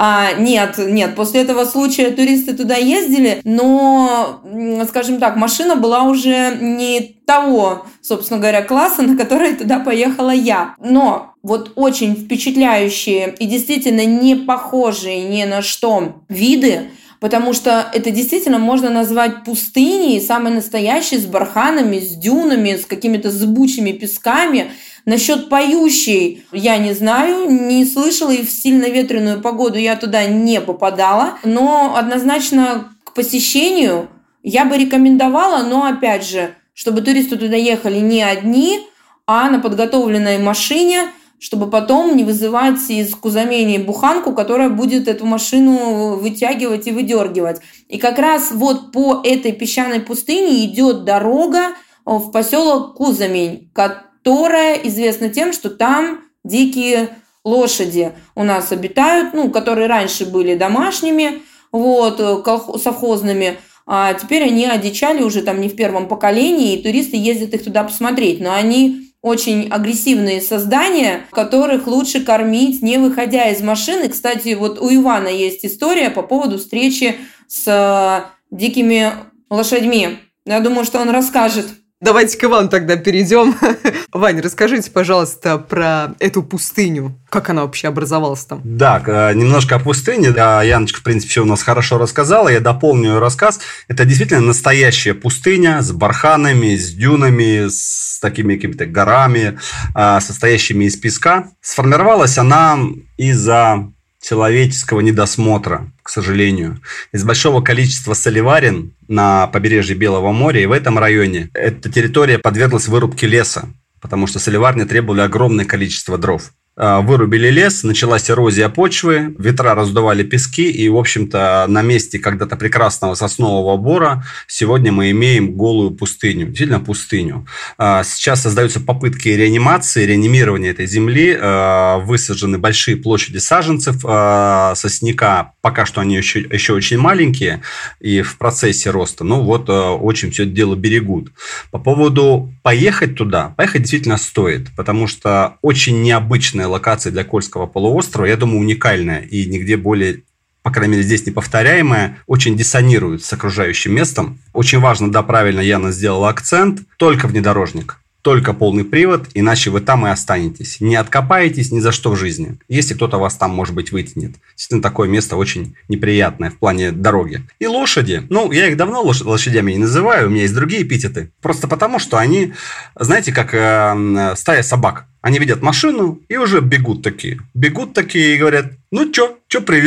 Нет, после этого случая туристы туда ездили, но, скажем так, машина была уже не того, собственно говоря, класса, на который туда поехала я. Но вот очень впечатляющие и действительно не похожие ни на что виды, потому что это действительно можно назвать пустыней, самой настоящей, с барханами, с дюнами, с какими-то зыбучими песками. Насчет поющей я не знаю, не слышала, и в сильно ветреную погоду я туда не попадала, но однозначно к посещению я бы рекомендовала, но опять же, чтобы туристы туда ехали не одни, а на подготовленной машине, чтобы потом не вызывать из Кузамени буханку, которая будет эту машину вытягивать и выдергивать. И как раз вот по этой песчаной пустыне идет дорога в поселок Кузамень, которая известна тем, что там дикие лошади у нас обитают, которые раньше были домашними, совхозными, а теперь они одичали уже там не в первом поколении, и туристы ездят их туда посмотреть. Но они очень агрессивные создания, которых лучше кормить, не выходя из машины. Кстати, вот у Ивана есть история по поводу встречи с дикими лошадьми. Я думаю, что он расскажет. Давайте к Ивану тогда перейдем. Вань, расскажите, пожалуйста, про эту пустыню. Как она вообще образовалась там? Да, немножко о пустыне. Яночка, в принципе, все у нас хорошо рассказала. Я дополню ее рассказ. Это действительно настоящая пустыня с барханами, с дюнами, с такими какими-то горами, состоящими из песка. Сформировалась она из-за человеческого недосмотра, к сожалению. Из большого количества соливарен на побережье Белого моря и в этом районе эта территория подверглась вырубке леса, потому что соливарни требовали огромное количество дров. Вырубили лес, началась эрозия почвы, ветра раздували пески, и, в общем-то, на месте когда-то прекрасного соснового бора сегодня мы имеем голую пустыню, действительно пустыню. Сейчас создаются попытки реанимирования этой земли, высажены большие площади саженцев сосняка, пока что они еще очень маленькие и в процессе роста, очень все это дело берегут. По поводу поехать туда, поехать действительно стоит, потому что очень необычная локация для Кольского полуострова, я думаю, уникальная и нигде более, по крайней мере, здесь неповторяемая, очень диссонирует с окружающим местом. Очень важно, правильно Яна сделала акцент, только внедорожник, только полный привод, иначе вы там и останетесь. Не откопаетесь ни за что в жизни, если кто-то вас там, может быть, вытянет. Действительно, такое место очень неприятное в плане дороги. И лошади, я их давно лошадями не называю, у меня есть другие эпитеты, просто потому, что они, знаете, как стая собак. Они видят машину и уже бегут такие и говорят, чё привез?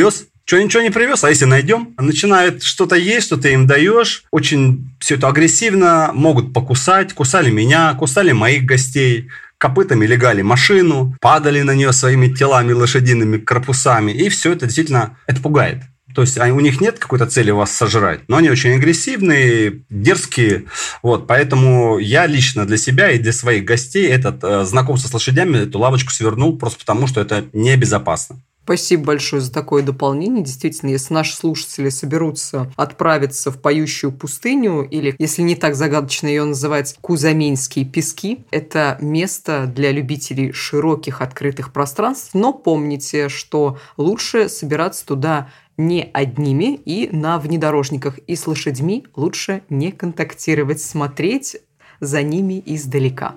Что, ничего не привез? А если найдем? Начинает что-то есть, что ты им даешь. Очень все это агрессивно. Могут покусать. Кусали меня, кусали моих гостей. Копытами легали машину. Падали на нее своими телами лошадиными корпусами. И все это действительно, это пугает. То есть у них нет какой-то цели вас сожрать, но они очень агрессивные, дерзкие. Вот, поэтому я лично для себя и для своих гостей этот знакомство с лошадями, эту лавочку свернул просто потому, что это небезопасно. Спасибо большое за такое дополнение. Действительно, если наши слушатели соберутся отправиться в поющую пустыню, или, если не так загадочно ее называть, Кузаминские пески, это место для любителей широких открытых пространств. Но помните, что лучше собираться туда не одними и на внедорожниках. И с лошадьми лучше не контактировать, смотреть за ними издалека.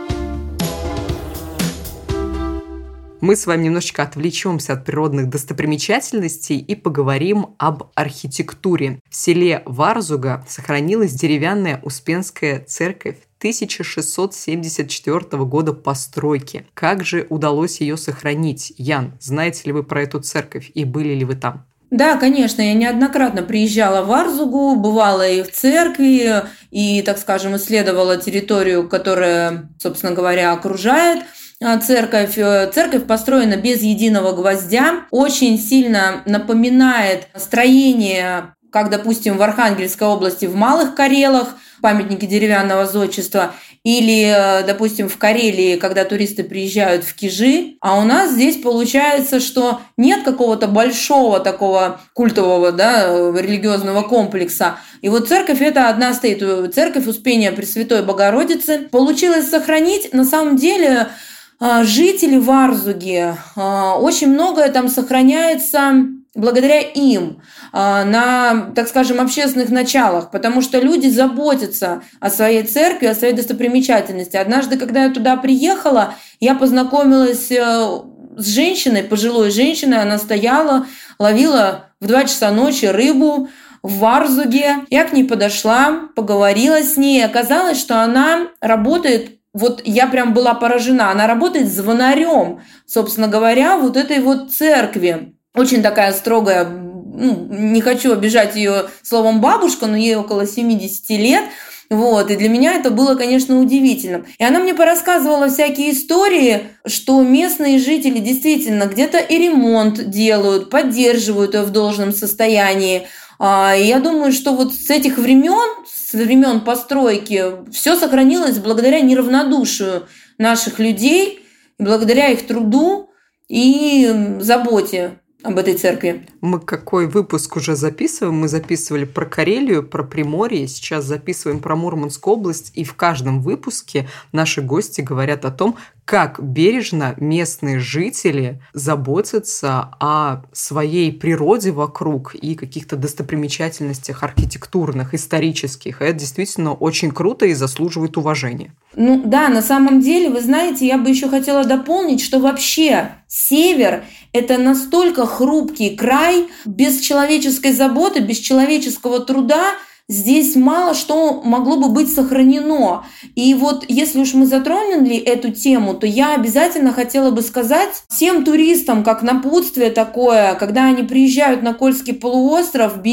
Мы с вами немножечко отвлечемся от природных достопримечательностей и поговорим об архитектуре. В селе Варзуга сохранилась деревянная Успенская церковь 1674 года постройки. Как же удалось ее сохранить? Ян, знаете ли вы про эту церковь и были ли вы там? Да, конечно, я неоднократно приезжала в Варзугу, бывала и в церкви, и, так скажем, исследовала территорию, которая, собственно говоря, окружает церковь. Церковь построена без единого гвоздя, очень сильно напоминает строение, как, допустим, в Архангельской области в Малых Карелах, памятники деревянного зодчества, или, допустим, в Карелии, когда туристы приезжают в Кижи, а у нас здесь получается, что нет какого-то большого такого культового, религиозного комплекса. И вот церковь эта одна стоит, церковь Успения Пресвятой Богородицы. Получилось сохранить, на самом деле, жители Варзуги, очень многое там сохраняется благодаря им на, так скажем, общественных началах, потому что люди заботятся о своей церкви, о своей достопримечательности. Однажды, когда я туда приехала, я познакомилась с женщиной, пожилой женщиной, она стояла, ловила в 2 часа ночи рыбу в Варзуге. Я к ней подошла, поговорила с ней, оказалось, что она работает. Вот я прям была поражена. Она работает звонарем, собственно говоря, вот этой вот церкви. Очень такая строгая, не хочу обижать ее словом бабушка, но ей около 70 лет. Вот, и для меня это было, конечно, удивительно. И она мне порассказывала всякие истории, что местные жители действительно где-то и ремонт делают, поддерживают ее в должном состоянии. И я думаю, что вот с этих времен, с времен постройки, все сохранилось благодаря неравнодушию наших людей, благодаря их труду и заботе об этой церкви. Мы какой выпуск уже записываем? Мы записывали про Карелию, про Приморье, сейчас записываем про Мурманскую область, и в каждом выпуске наши гости говорят о том, как бережно местные жители заботятся о своей природе вокруг и каких-то достопримечательностях архитектурных, исторических. И это действительно очень круто и заслуживает уважения. Ну да, на самом деле, вы знаете, я бы еще хотела дополнить, что вообще север – это настолько хрупкий край, без человеческой заботы, без человеческого труда здесь мало что могло бы быть сохранено. И вот если уж мы затронули эту тему, то я обязательно хотела бы сказать всем туристам, как напутствие такое, когда они приезжают на Кольский полуостров,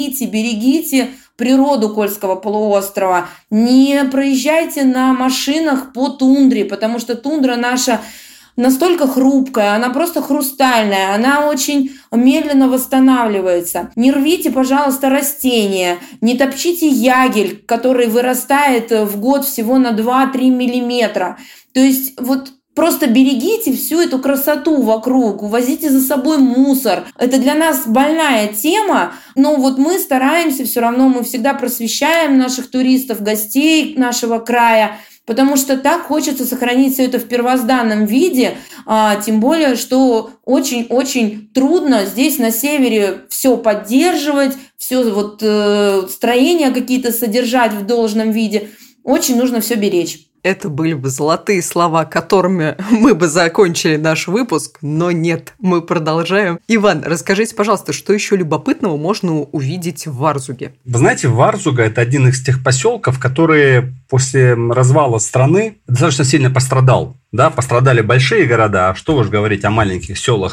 берегите природу Кольского полуострова, не проезжайте на машинах по тундре, потому что тундра наша настолько хрупкая, она просто хрустальная, она очень медленно восстанавливается. Не рвите, пожалуйста, растения, не топчите ягель, который вырастает в год всего на 2-3 миллиметра. То есть вот просто берегите всю эту красоту вокруг, увозите за собой мусор. Это для нас больная тема, но вот мы стараемся все равно, мы всегда просвещаем наших туристов, гостей нашего края, потому что так хочется сохранить все это в первозданном виде, тем более, что очень-очень трудно здесь на севере все поддерживать, все вот строения какие-то содержать в должном виде. Очень нужно все беречь. Это были бы золотые слова, которыми мы бы закончили наш выпуск, но нет, мы продолжаем. Иван, расскажите, пожалуйста, что еще любопытного можно увидеть в Варзуге? Вы знаете, Варзуга – это один из тех поселков, которые после развала страны достаточно сильно пострадал. Да, пострадали большие города, а что уж говорить о маленьких селах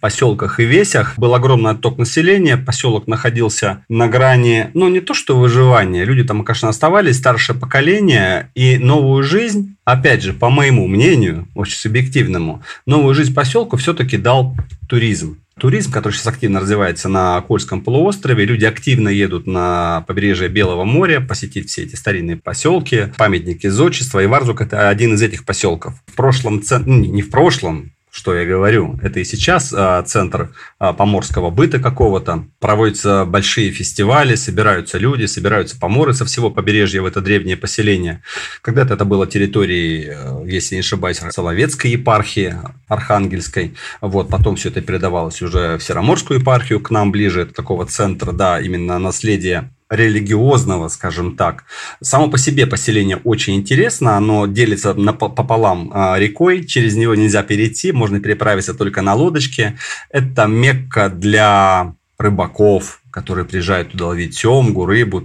поселках и весях был огромный отток населения, поселок находился на грани, не то что выживания, люди там, конечно, оставались, старшее поколение, и новую жизнь, опять же, по моему мнению, очень субъективному, новую жизнь поселку все-таки дал туризм. Туризм, который сейчас активно развивается на Кольском полуострове. Люди активно едут на побережье Белого моря, посетить все эти старинные поселки, памятники зодчества. И Варзуг – это один из этих поселков. В прошлом, не в прошлом, что я говорю, это и сейчас центр поморского быта какого-то. Проводятся большие фестивали, собираются люди, собираются поморы со всего побережья в это древнее поселение. Когда-то это было территорией, если не ошибаюсь, Соловецкой епархии, Архангельской. Потом все это передавалось уже в Сероморскую епархию, к нам ближе, это такого центра, именно наследие религиозного, скажем так. Само по себе поселение очень интересно, оно делится пополам рекой, через него нельзя перейти, можно переправиться только на лодочке. Это Мекка для рыбаков, которые приезжают туда ловить семгу, рыбу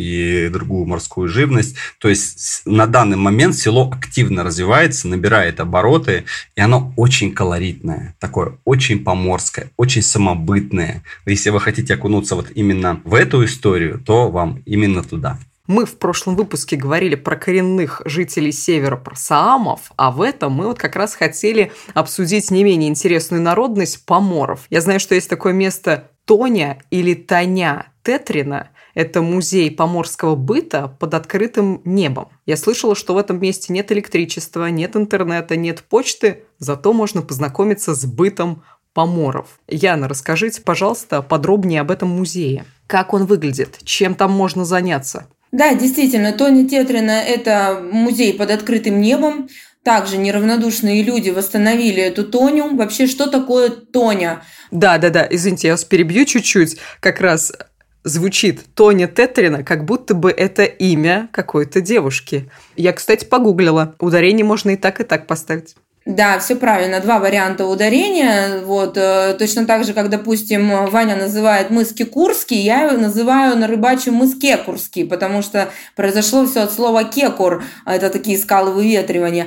и другую морскую живность. То есть на данный момент село активно развивается, набирает обороты, и оно очень колоритное, такое очень поморское, очень самобытное. Если вы хотите окунуться именно в эту историю, то вам именно туда. Мы в прошлом выпуске говорили про коренных жителей севера, про саамов, а в этом мы как раз хотели обсудить не менее интересную народность поморов. Я знаю, что есть такое место Тоня или Тоня Тетрина. Это музей поморского быта под открытым небом. Я слышала, что в этом месте нет электричества, нет интернета, нет почты, зато можно познакомиться с бытом поморов. Яна, расскажите, пожалуйста, подробнее об этом музее. Как он выглядит? Чем там можно заняться? Да, действительно, Тоня Тетрина – это музей под открытым небом. Также неравнодушные люди восстановили эту Тоню. Вообще, что такое Тоня? Да, извините, я вас перебью чуть-чуть. Как раз звучит Тоня Тетрина, как будто бы это имя какой-то девушки. Я, кстати, погуглила. Ударение можно и так поставить. Да, все правильно. 2 варианта ударения. Точно так же, как, допустим, Ваня называет мыс Кекурский, я называю на рыбачьем мыс Кекурский, потому что произошло все от слова кекур. Это такие скалы выветривания.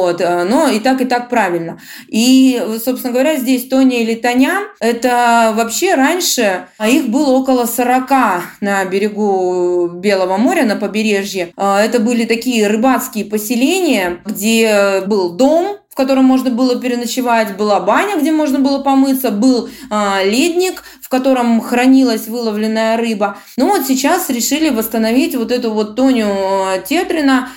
Но и так правильно. И, собственно говоря, здесь Тоня или Тоня, это вообще раньше их было около 40 на берегу Белого моря, на побережье. Это были такие рыбацкие поселения, где был дом, в котором можно было переночевать, была баня, где можно было помыться, был ледник, в котором хранилась выловленная рыба. Сейчас решили восстановить эту Тоню Тетрина,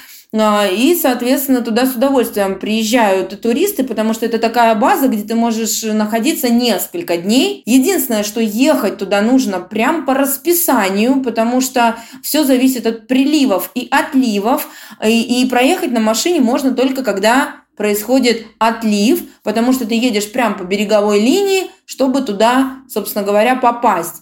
и, соответственно, туда с удовольствием приезжают туристы, потому что это такая база, где ты можешь находиться несколько дней. Единственное, что ехать туда нужно прям по расписанию, потому что все зависит от приливов и отливов, и проехать на машине можно только когда происходит отлив, потому что ты едешь прямо по береговой линии, чтобы туда, собственно говоря, попасть.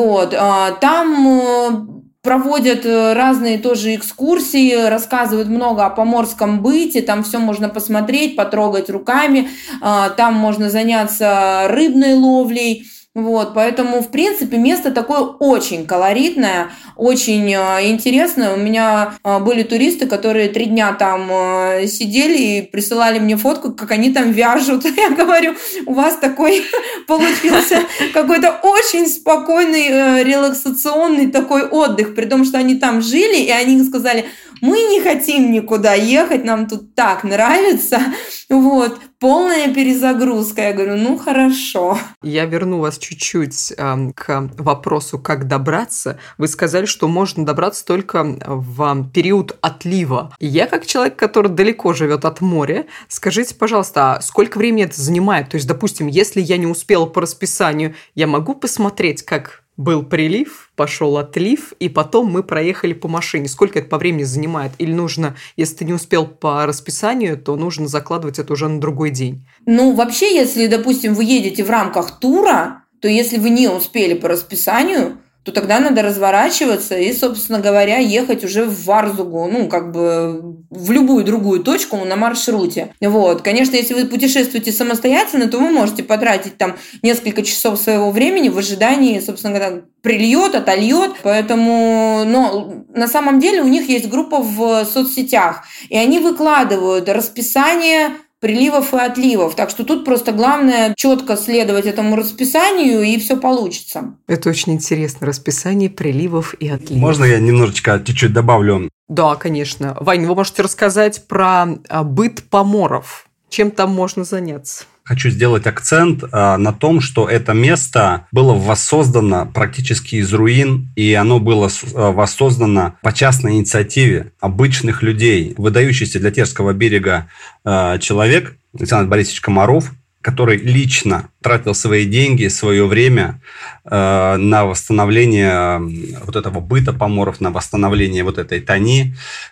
Там проводят разные тоже экскурсии, рассказывают много о поморском быте, там все можно посмотреть, потрогать руками, там можно заняться рыбной ловлей. Поэтому, в принципе, место такое очень колоритное, очень интересное. У меня были туристы, которые 3 дня там сидели и присылали мне фотку, как они там вяжут. Я говорю, у вас такой получился какой-то очень спокойный, релаксационный такой отдых, при том, что они там жили, и они сказали, мы не хотим никуда ехать, нам тут так нравится. Полная перезагрузка. Я говорю, хорошо. Я верну вас чуть-чуть к вопросу, как добраться. Вы сказали, что можно добраться только в период отлива. Я, как человек, который далеко живет от моря, скажите, пожалуйста, а сколько времени это занимает? То есть, допустим, если я не успела по расписанию, я могу посмотреть, как был прилив, пошел отлив, и потом мы проехали по машине. Сколько это по времени занимает? Или нужно, если ты не успел по расписанию, то нужно закладывать это уже на другой день? Вообще, если, допустим, вы едете в рамках тура, то если вы не успели по расписанию, то тогда надо разворачиваться и, собственно говоря, ехать уже в Варзугу, в любую другую точку на маршруте. Конечно, если вы путешествуете самостоятельно, то вы можете потратить там несколько часов своего времени в ожидании, собственно говоря, прильет, отольет. Поэтому, на самом деле у них есть группа в соцсетях, и они выкладывают расписание приливов и отливов. Так что тут просто главное четко следовать этому расписанию, и все получится. Это очень интересно. Расписание приливов и отливов. Можно я немножечко, чуть-чуть добавлю? Да, конечно. Вань, вы можете рассказать про быт поморов. Чем там можно заняться? Хочу сделать акцент на том, что это место было воссоздано практически из руин, и оно было воссоздано по частной инициативе обычных людей. Выдающийся для Терского берега человек Александр Борисович Комаров, который лично тратил свои деньги, свое время на восстановление вот этого быта поморов, на восстановление вот этой тони.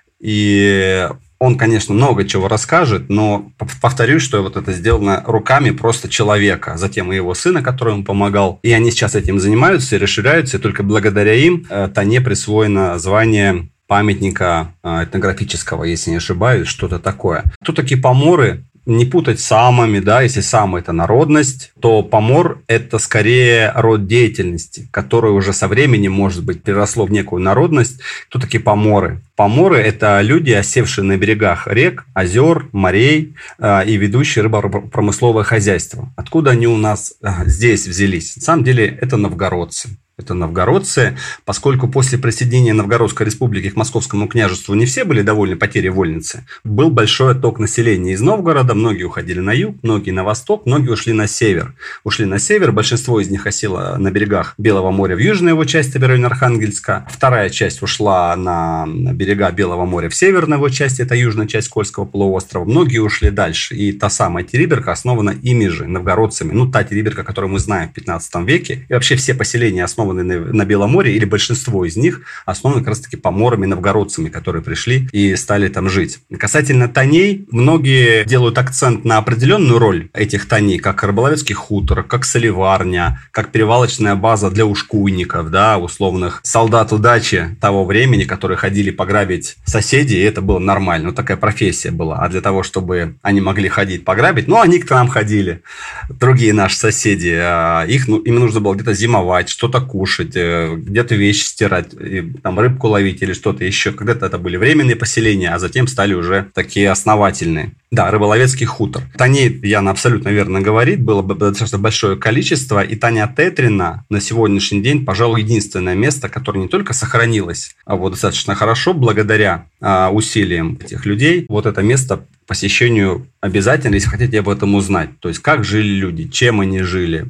И он, конечно, много чего расскажет, но повторюсь, что вот это сделано руками просто человека, затем и его сына, который ему помогал. И они сейчас этим занимаются и расширяются, и только благодаря им Тоне присвоено звание памятника этнографического, если не ошибаюсь, что-то такое. Кто такие поморы? Не путать с самами, да, если сам это народность, то помор – это скорее род деятельности, который уже со временем, может быть, переросло в некую народность. Кто такие поморы? Поморы – это люди, осевшие на берегах рек, озер, морей и ведущие рыбопромысловое хозяйство. Откуда они у нас здесь взялись? На самом деле это новгородцы. Это новгородцы, поскольку после присоединения Новгородской республики к Московскому княжеству не все были довольны потерей вольницы, был большой отток населения из Новгорода, многие уходили на юг, многие на восток, многие ушли на север. Ушли на север, большинство из них осело на берегах Белого моря в южной его части, в районе Архангельска. Вторая часть ушла на берега Белого моря в северной его части, это южная часть Кольского полуострова. Многие ушли дальше, и та самая Териберка основана ими же, новгородцами. Ну, та Териберка, которую мы знаем в 15 веке, и вообще все поселения основаны на Белом море, или большинство из них основаны как раз-таки поморами, новгородцами, которые пришли и стали там жить. Касательно тоней, многие делают акцент на определенную роль этих тоней, как рыболовецкий хутор, как соливарня, как перевалочная база для ушкуйников, да, условных солдат удачи того времени, которые ходили пограбить соседей, и это было нормально. Вот такая профессия была. А для того, чтобы они могли ходить пограбить, они к нам ходили, другие наши соседи, им нужно было где-то зимовать, что-то кушать, где-то вещи стирать, там рыбку ловить или что-то еще. Когда-то это были временные поселения, а затем стали уже такие основательные. Да, рыболовецкий хутор. Тоней, Яна абсолютно верно говорит, было достаточно большое количество, и Тоня Тетрина на сегодняшний день, пожалуй, единственное место, которое не только сохранилось достаточно хорошо благодаря усилиям этих людей. Вот это место посещению обязательно, если хотите об этом узнать. То есть, как жили люди, чем они жили,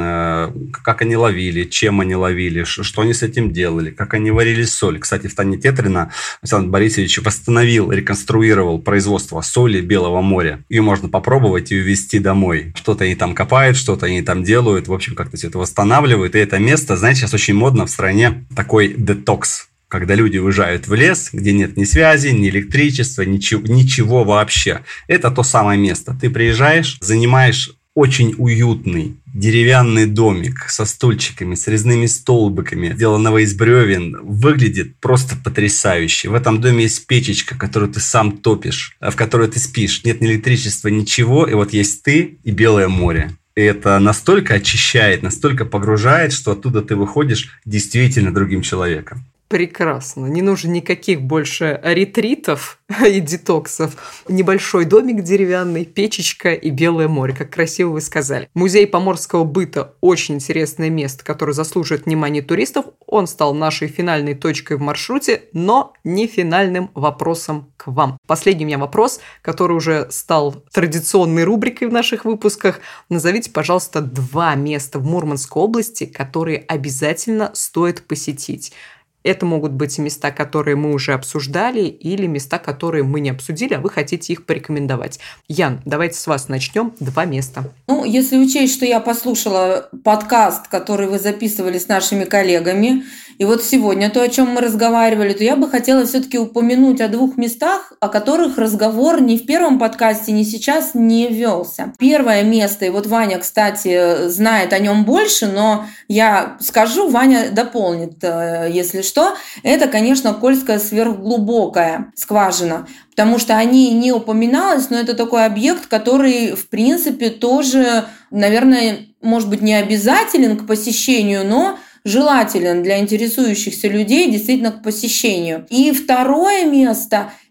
как они ловили, чем они ловили, что они с этим делали, как они варили соль. Кстати, в Тоне Тетрина Александр Борисович восстановил, реконструировал производство соли Белого моря. Ее можно попробовать и увезти домой. Что-то они там копают, что-то они там делают, в общем, как-то все это восстанавливают. И это место, знаете, сейчас очень модно в стране такой детокс. Когда люди уезжают в лес, где нет ни связи, ни электричества, ничего вообще. Это то самое место. Ты приезжаешь, занимаешь очень уютный деревянный домик со стульчиками, с резными столбиками, сделанного из бревен. Выглядит просто потрясающе. В этом доме есть печечка, которую ты сам топишь, в которой ты спишь. Нет ни электричества, ничего. И вот есть ты и Белое море. И это настолько очищает, настолько погружает, что оттуда ты выходишь действительно другим человеком. Прекрасно. Не нужно никаких больше ретритов и детоксов. Небольшой домик деревянный, печечка и Белое море, как красиво вы сказали. Музей поморского быта – очень интересное место, которое заслуживает внимания туристов. Он стал нашей финальной точкой в маршруте, но не финальным вопросом к вам. Последний у меня вопрос, который уже стал традиционной рубрикой в наших выпусках. Назовите, пожалуйста, 2 места в Мурманской области, которые обязательно стоит посетить. Это могут быть места, которые мы уже обсуждали, или места, которые мы не обсудили, а вы хотите их порекомендовать. Ян, давайте с вас начнем. 2 места. Если учесть, что я послушала подкаст, который вы записывали с нашими коллегами, и вот сегодня то, о чем мы разговаривали, то я бы хотела все-таки упомянуть о 2 местах, о которых разговор ни в первом подкасте, ни сейчас не велся. Первое место, и вот Ваня, кстати, знает о нем больше, но я скажу, Ваня дополнит, если что, это, конечно, Кольская сверхглубокая скважина, потому что о ней не упоминалось, но это такой объект, который, в принципе, тоже, наверное, может быть, не обязателен к посещению, но желателен для интересующихся людей действительно к посещению. И второе место –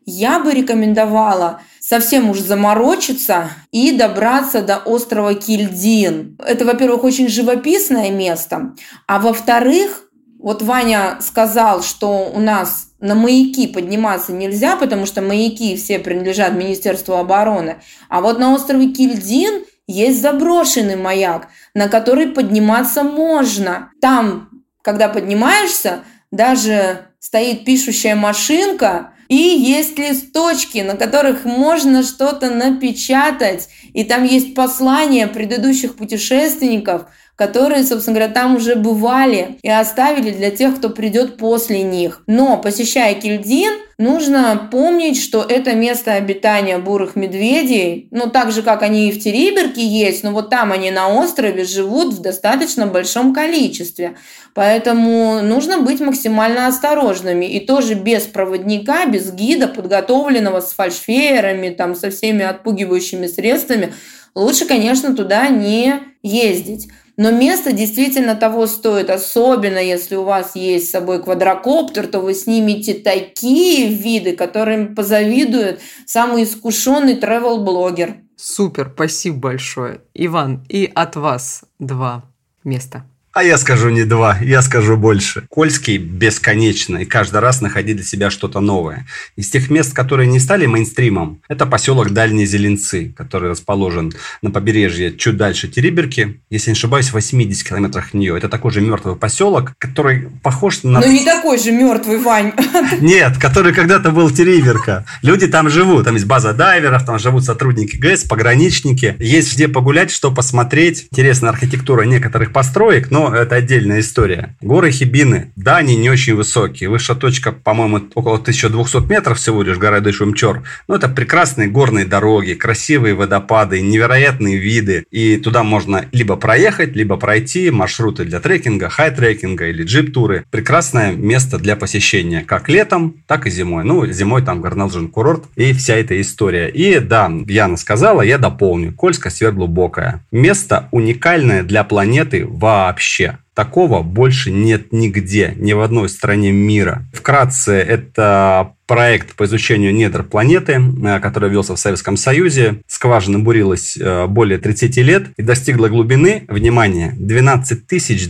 я бы рекомендовала совсем уж заморочиться и добраться до острова Кильдин. Это, во-первых, очень живописное место, а во-вторых, вот Ваня сказал, что у нас на маяки подниматься нельзя, потому что маяки все принадлежат Министерству обороны, а вот на острове Кильдин есть заброшенный маяк, на который подниматься можно. Там, когда поднимаешься, даже стоит пишущая машинка, и есть листочки, на которых можно что-то напечатать. И там есть послания предыдущих путешественников, которые, собственно говоря, там уже бывали и оставили для тех, кто придет после них. Но, посещая Кильдин, нужно помнить, что это место обитания бурых медведей, так же, как они и в Териберке есть, но вот там они на острове живут в достаточно большом количестве. Поэтому нужно быть максимально осторожными. И тоже без проводника, без гида, подготовленного с фальшфеерами, со всеми отпугивающими средствами, лучше, конечно, туда не ездить. Но место действительно того стоит, особенно если у вас есть с собой квадрокоптер, то вы снимете такие виды, которым позавидует самый искушенный travel-блогер. Супер, спасибо большое. Иван, и от вас 2 места. А я скажу не 2, я скажу больше. Кольский бесконечно, и каждый раз находить для себя что-то новое. Из тех мест, которые не стали мейнстримом, это поселок Дальние Зеленцы, который расположен на побережье чуть дальше Териберки, если не ошибаюсь, в 80 километрах от нее. Это такой же мертвый поселок, который похож на... Но не такой же мертвый, Вань. Нет, который когда-то был Териберка. Люди там живут, там есть база дайверов, там живут сотрудники ГЭС, пограничники. Есть где погулять, что посмотреть. Интересная архитектура некоторых построек, но это отдельная история. Горы Хибины, да, они не очень высокие. Высшая точка, по-моему, около 1200 метров всего лишь, гора Дойшумчор. Но это прекрасные горные дороги, красивые водопады, невероятные виды. И туда можно либо проехать, либо пройти маршруты для трекинга, хай-трекинга или джип-туры. Прекрасное место для посещения как летом, так и зимой. Зимой там Горнолжин-курорт и вся эта история. И да, Яна сказала, я дополню. Кольская сверхглубокая. Место уникальное для планеты вообще. Такого больше нет нигде, ни в одной стране мира. Вкратце, это проект по изучению недр планеты, который велся в Советском Союзе. Скважина бурилась более 30 лет и достигла глубины, внимание, 12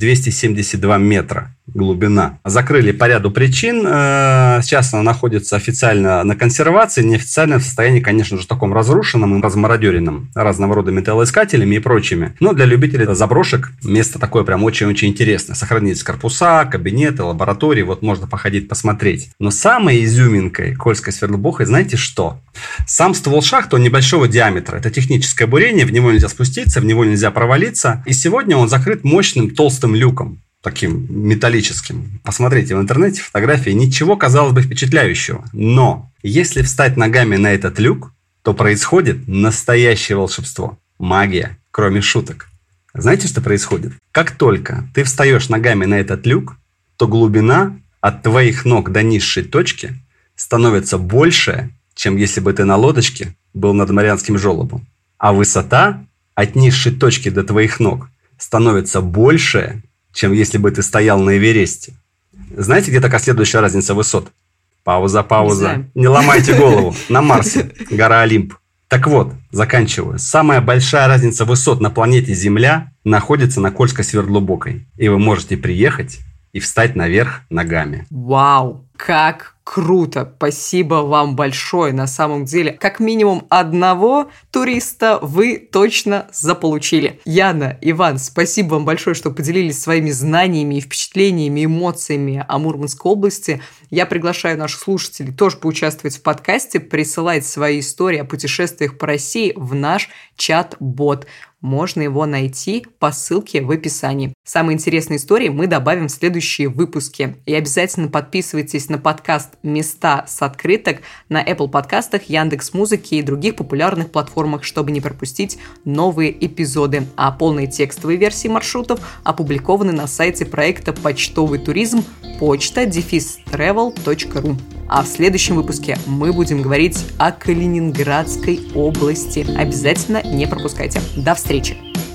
272 метра. Глубина. Закрыли по ряду причин. Сейчас она находится официально на консервации, неофициально в состоянии, конечно же, таком разрушенном и размародеренном разного рода металлоискателями и прочими. Но для любителей заброшек место такое прям очень-очень интересное. Сохранились корпуса, кабинеты, лаборатории. Вот можно походить, посмотреть. Но самой изюминкой Кольской сверхглубокой, знаете что? Сам ствол шахты, он небольшого диаметра. Это техническое бурение, в него нельзя спуститься, в него нельзя провалиться. И сегодня он закрыт мощным толстым люком. Таким металлическим. Посмотрите в интернете фотографии. Ничего, казалось бы, впечатляющего. Но если встать ногами на этот люк, то происходит настоящее волшебство. Магия, кроме шуток. Знаете, что происходит? Как только ты встаешь ногами на этот люк, то глубина от твоих ног до низшей точки становится больше, чем если бы ты на лодочке был над Марианским желобом. А высота от низшей точки до твоих ног становится больше, чем если бы ты стоял на Эвересте. Знаете, где такая следующая разница высот? Пауза. Не ломайте голову. На Марсе. Гора Олимп. Так вот, заканчиваю. Самая большая разница высот на планете Земля находится на Кольской сверхглубокой. И вы можете приехать и встать наверх ногами. Вау, как круто! Спасибо вам большое. На самом деле, как минимум одного туриста вы точно заполучили. Яна, Иван, спасибо вам большое, что поделились своими знаниями и впечатлениями, эмоциями о Мурманской области. Я приглашаю наших слушателей тоже поучаствовать в подкасте, присылать свои истории о путешествиях по России в наш чат-бот. Можно его найти по ссылке в описании. Самые интересные истории мы добавим в следующие выпуски. И обязательно подписывайтесь на подкаст «Места с открыток» на Apple подкастах, Яндекс.Музыке и других популярных платформах, чтобы не пропустить новые эпизоды. А полные текстовые версии маршрутов опубликованы на сайте проекта «Почтовый туризм» почта-travel.ru. А в следующем выпуске мы будем говорить о Калининградской области. Обязательно не пропускайте. До встречи!